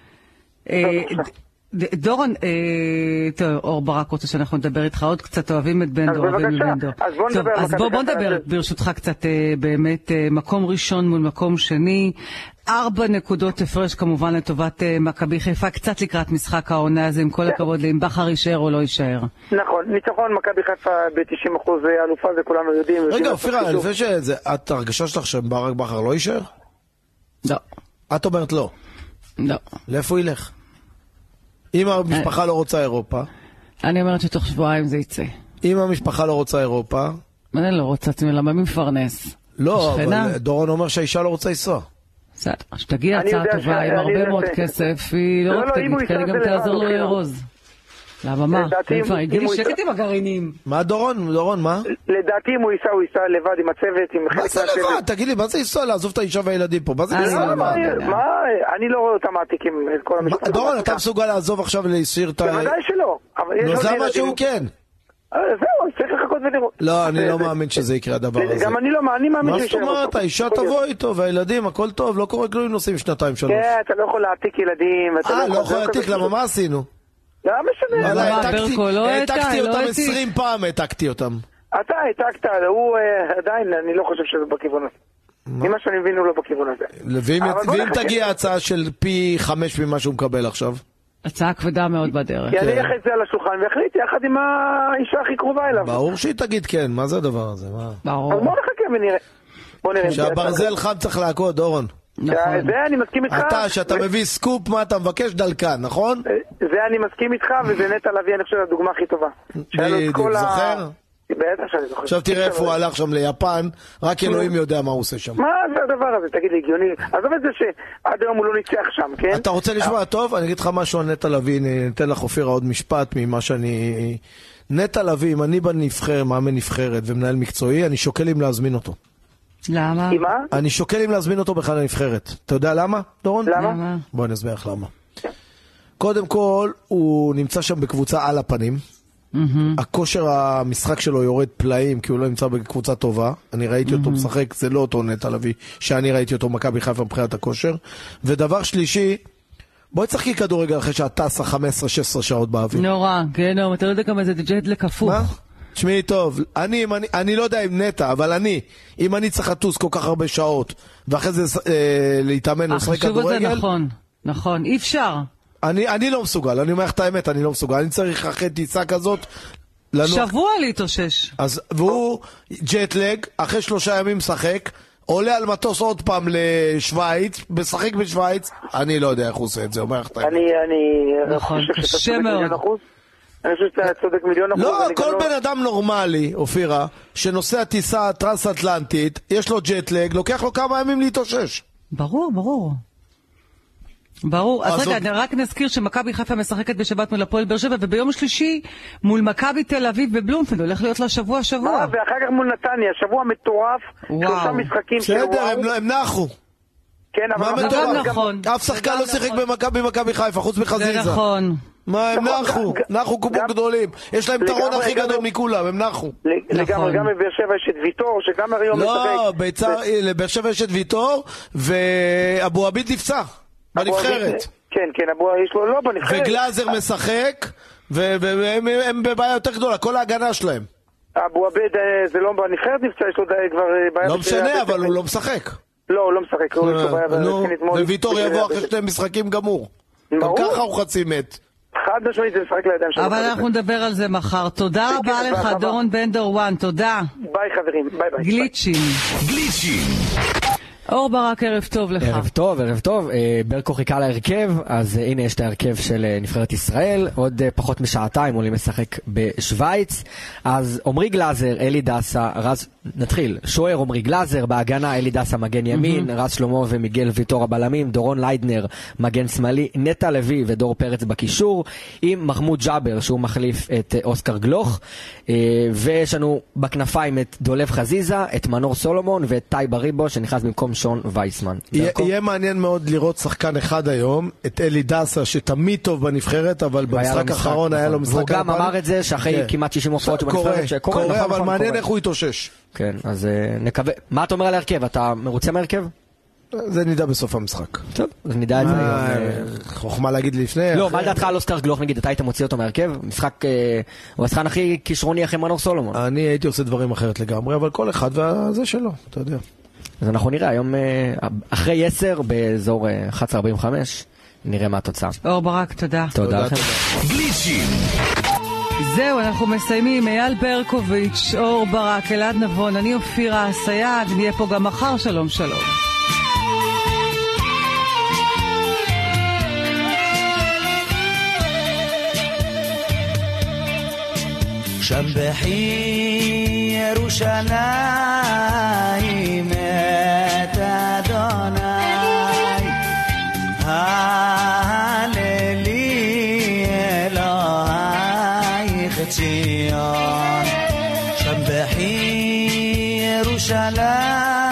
דורון, אור ברק רוצה שאנחנו נדבר איתך עוד קצת, אוהבים את בנדור, אז בוא נדבר. אז בוא נדבר ברשותך קצת באמת מקום ראשון מול מקום שני, 4 נקודות הפרש כמובן לטובת מכבי חיפה, קצת לקראת משחק העונה הזה, עם כל הכבוד לאם בכר יישאר או לא יישאר. נכון, ניצחון מכבי חיפה ב-90% אלופה, זה כולנו יודעים. רגע, אופירה, לפני שזה, את הרגשה שלך שברק בכר לא יישאר? לא. את אומרת לא? לא. לאיפה הוא ילך? אם המשפחה לא רוצה אירופה? אני אומרת שתוך שבועיים זה יצא. אם המשפחה לא רוצה אירופה? אני לא רוצה עצמי, למה מי מפרנס? לא, אבל דורון אומר שהאישה לא רוצה לנסוע. בסדר, שתגיע הצעה טובה עם הרבה מאוד כסף, היא לא רק תגיד, כי גם תעזור לו לארוז. למה מה? גילי שקט עם הגרעינים. מה דורון, מה? לדעתי אם הוא ייסע לבד עם הצוות. מה זה לבד? תגיד לי, מה זה ייסע לעזוב את האישה והילדים פה? מה זה ייסע לבד? אני לא רואה אותם מעתיקים את כל המשפחה. דורון, אתה מסוגל לעזוב עכשיו להסיר את ה... בוודאי שלא. אז למה שהוא כן? זהו, צריך לחכות ולראות. לא, אני לא מאמין שזה יקרה הדבר הזה. גם אני לא מאמין. מה זאת אומרת? האישה תבוא איתו והילדים, הכל טוב, לא קורה כלום אם נוסעים 2-3. כן, אתה לא יכול להעתיק ילדים. לא יכול להעתיק, למה מה עשינו? לא משנה. העתקתי אותם 20 פעם, העתקתי אותם. אתה העתקת, הוא עדיין, אני לא חושב שזה בכיוון הזה. ממה שאני מבין הוא לא בכיוון הזה. ואם תגיע הצעה של פי 5 ממה שהוא מקבל עכשיו? הצעה כבדה מאוד בדרך. יניח את זה על השולחן והחליט יחד עם האישה הכי קרובה אליו. ברור שהיא תגיד כן, מה זה הדבר הזה? ברור. אז בוא נחכה ונראה. שהברזל חם צריך להכות, דורון. זה אני מסכים איתך. אתה, שאתה מביא סקופ, מה אתה מבקש? דלקן, נכון? זה אני מסכים איתך, וזה נטע לביא, אני חושב, הדוגמה הכי טובה. בדיוק, זוכר? בטח שאני זוכר. עכשיו תראה איפה הוא הלך שם ליפן, רק אלוהים יודע מה הוא עושה שם. מה זה הדבר הזה? תגיד לי, הגיוני. עזוב את זה שעד היום הוא לא ניצח שם, כן? אתה רוצה לשמוע טוב? אני אגיד לך משהו על נטע לביא, ניתן לך אופירה עוד משפט ממה שאני... נטע לביא, אם אני בנבחרת, מאמן נבחרת ומנהל מקצועי, אני שוקל אם להזמין אותו. למה? אני שוקל אם להזמין אותו בכלל לנבחרת. אתה יודע למה, דורון? למה? בוא נסביר לך למה. קודם כל, הוא נמצא שם בקבוצה על הפנים. הכושר המשחק שלו יורד פלאים, כי הוא לא נמצא בקבוצה טובה. אני ראיתי אותו משחק, זה לא אותו נטע לביא, שאני ראיתי אותו מכבי חיפה מבחינת הכושר. ודבר שלישי, בואי תשחקי כדורגל אחרי שאת טסה 15-16 שעות באוויר. נורא, כן, אתה לא יודע כמה זה ג'ט לקפוך. מה? תשמעי טוב, אני לא יודע אם נטע, אבל אם אני צריך לטוס כל כך הרבה שעות, ואחרי זה להתאמן או לשחק כדורגל... החשוב הזה נכון, אי אפשר. אני לא מסוגל, אני אומר לך את האמת, אני לא מסוגל. אני צריך אחרי טיסה כזאת... שבוע להתאושש. והוא ג'טלג, אחרי 3 ימים משחק, עולה על מטוס עוד פעם לשוויץ, משחק בשוויץ, אני לא יודע איך הוא עושה את זה, אומר לך את האמת. נכון, קשה מאוד. אני חושב שאתה צודק 1,000,000%. לא, כל בן אדם נורמלי, אופירה, שנוסע טיסה טרנס-אטלנטית, יש לו ג'טלג, לוקח לו כמה ימים להתאושש. ברור. אז רגע, רק נזכיר שמכבי חיפה משחקת בשבת מול הפועל באר שבע, וביום שלישי מול מכבי תל אביב בבלומפילד, הולך להיות לה שבוע. ואחר כך מול נתניה, שבוע מטורף, 3 משחקים של וואו. בסדר, הם נחו. כן, אבל נכון. אף שחקן לא שיחק במכבי חיפה, חוץ מחזיזה. זה נכון. מה, הם נחו קופות גדולים. יש להם תרון הכי גדול מכולם, הם נחו. לגמרי, גם בבאר שבע יש את ויטור, שגם היום משחק. לא, לבאר שבע יש את ויטור, ואבו עביד נפצע. בנבחרת. כן, יש לו לא בנבחרת. וגלאזר משחק, והם בבעיה יותר גדולה, כל ההגנה שלהם. אבו עביד זה לא בנבחרת נפצע, יש לו כבר בעיה... לא משנה, אבל הוא לא משחק. לא, הוא לא משחק, הוא יש לו בעיה... וויטור יבוא אחרי 2 משחקים גמור. גם ככה הוא חצי מת. חד משמעית זה משחק לידיים שלו. אבל אנחנו נדבר על זה מחר. תודה רבה לך, דורון בן דורואן, תודה. ביי חברים, ביי. גליצ'ים. אור ברק, ערב טוב לך. ערב טוב. ברקו חיכה להרכב, אז הנה יש את ההרכב של נבחרת ישראל, עוד פחות משעתיים עולים לשחק בשוויץ. אז עומרי גלאזר, אלי דסה, נתחיל, שוער עומרי גלאזר, בהגנה אלי דסה מגן ימין, רז שלמה ומיגל ויטור הבלמים, דורון ליידנר מגן שמאלי, נטע לביא ודור פרץ בקישור, עם מחמוד ג'אבר שהוא מחליף את אוסקר גלוך, ויש לנו בכנפיים את דולב חזיזה, את מנור סולומון ואת טי בריבו שנכנס במקום שון וייסמן. יהיה מעניין מאוד לראות שחקן אחד היום, את אלי דסה שתמיד טוב בנבחרת, אבל במשחק האחרון היה לו משחק... והוא גם אמר את זה שאחרי כמעט 60 הופעות שבנבחרת שקורה, אבל מעניין איך הוא יתאושש. כן, אז נקווה. מה אתה אומר על ההרכב? אתה מרוצה מהרכב? זה נדע בסוף המשחק. טוב, אז נדע את זה היום. חוכמה להגיד לי לפני... לא, מה לדעתך על אוסקר גלוך, נגיד, אתה היית מוציא אותו מהרכב? משחק, הוא השחקן הכי כישרוני אחרי מנור סולומון. אני הייתי עושה דברים אחרת לגמרי, אבל כל אחד וזה שלו, אתה יודע. אז אנחנו נראה היום, אחרי 10, באזור 11:45, נראה מה התוצאה. אור ברק, תודה. תודה לכם. זהו, אנחנו מסיימים. אייל ברקוביץ', אור ברק, אלעד נבון, אני אופירה אסייג, נהיה פה גם מחר. שלום. שם בחי ירושלים את אדוני הללי אלוהיך ציון שם בחי ירושלים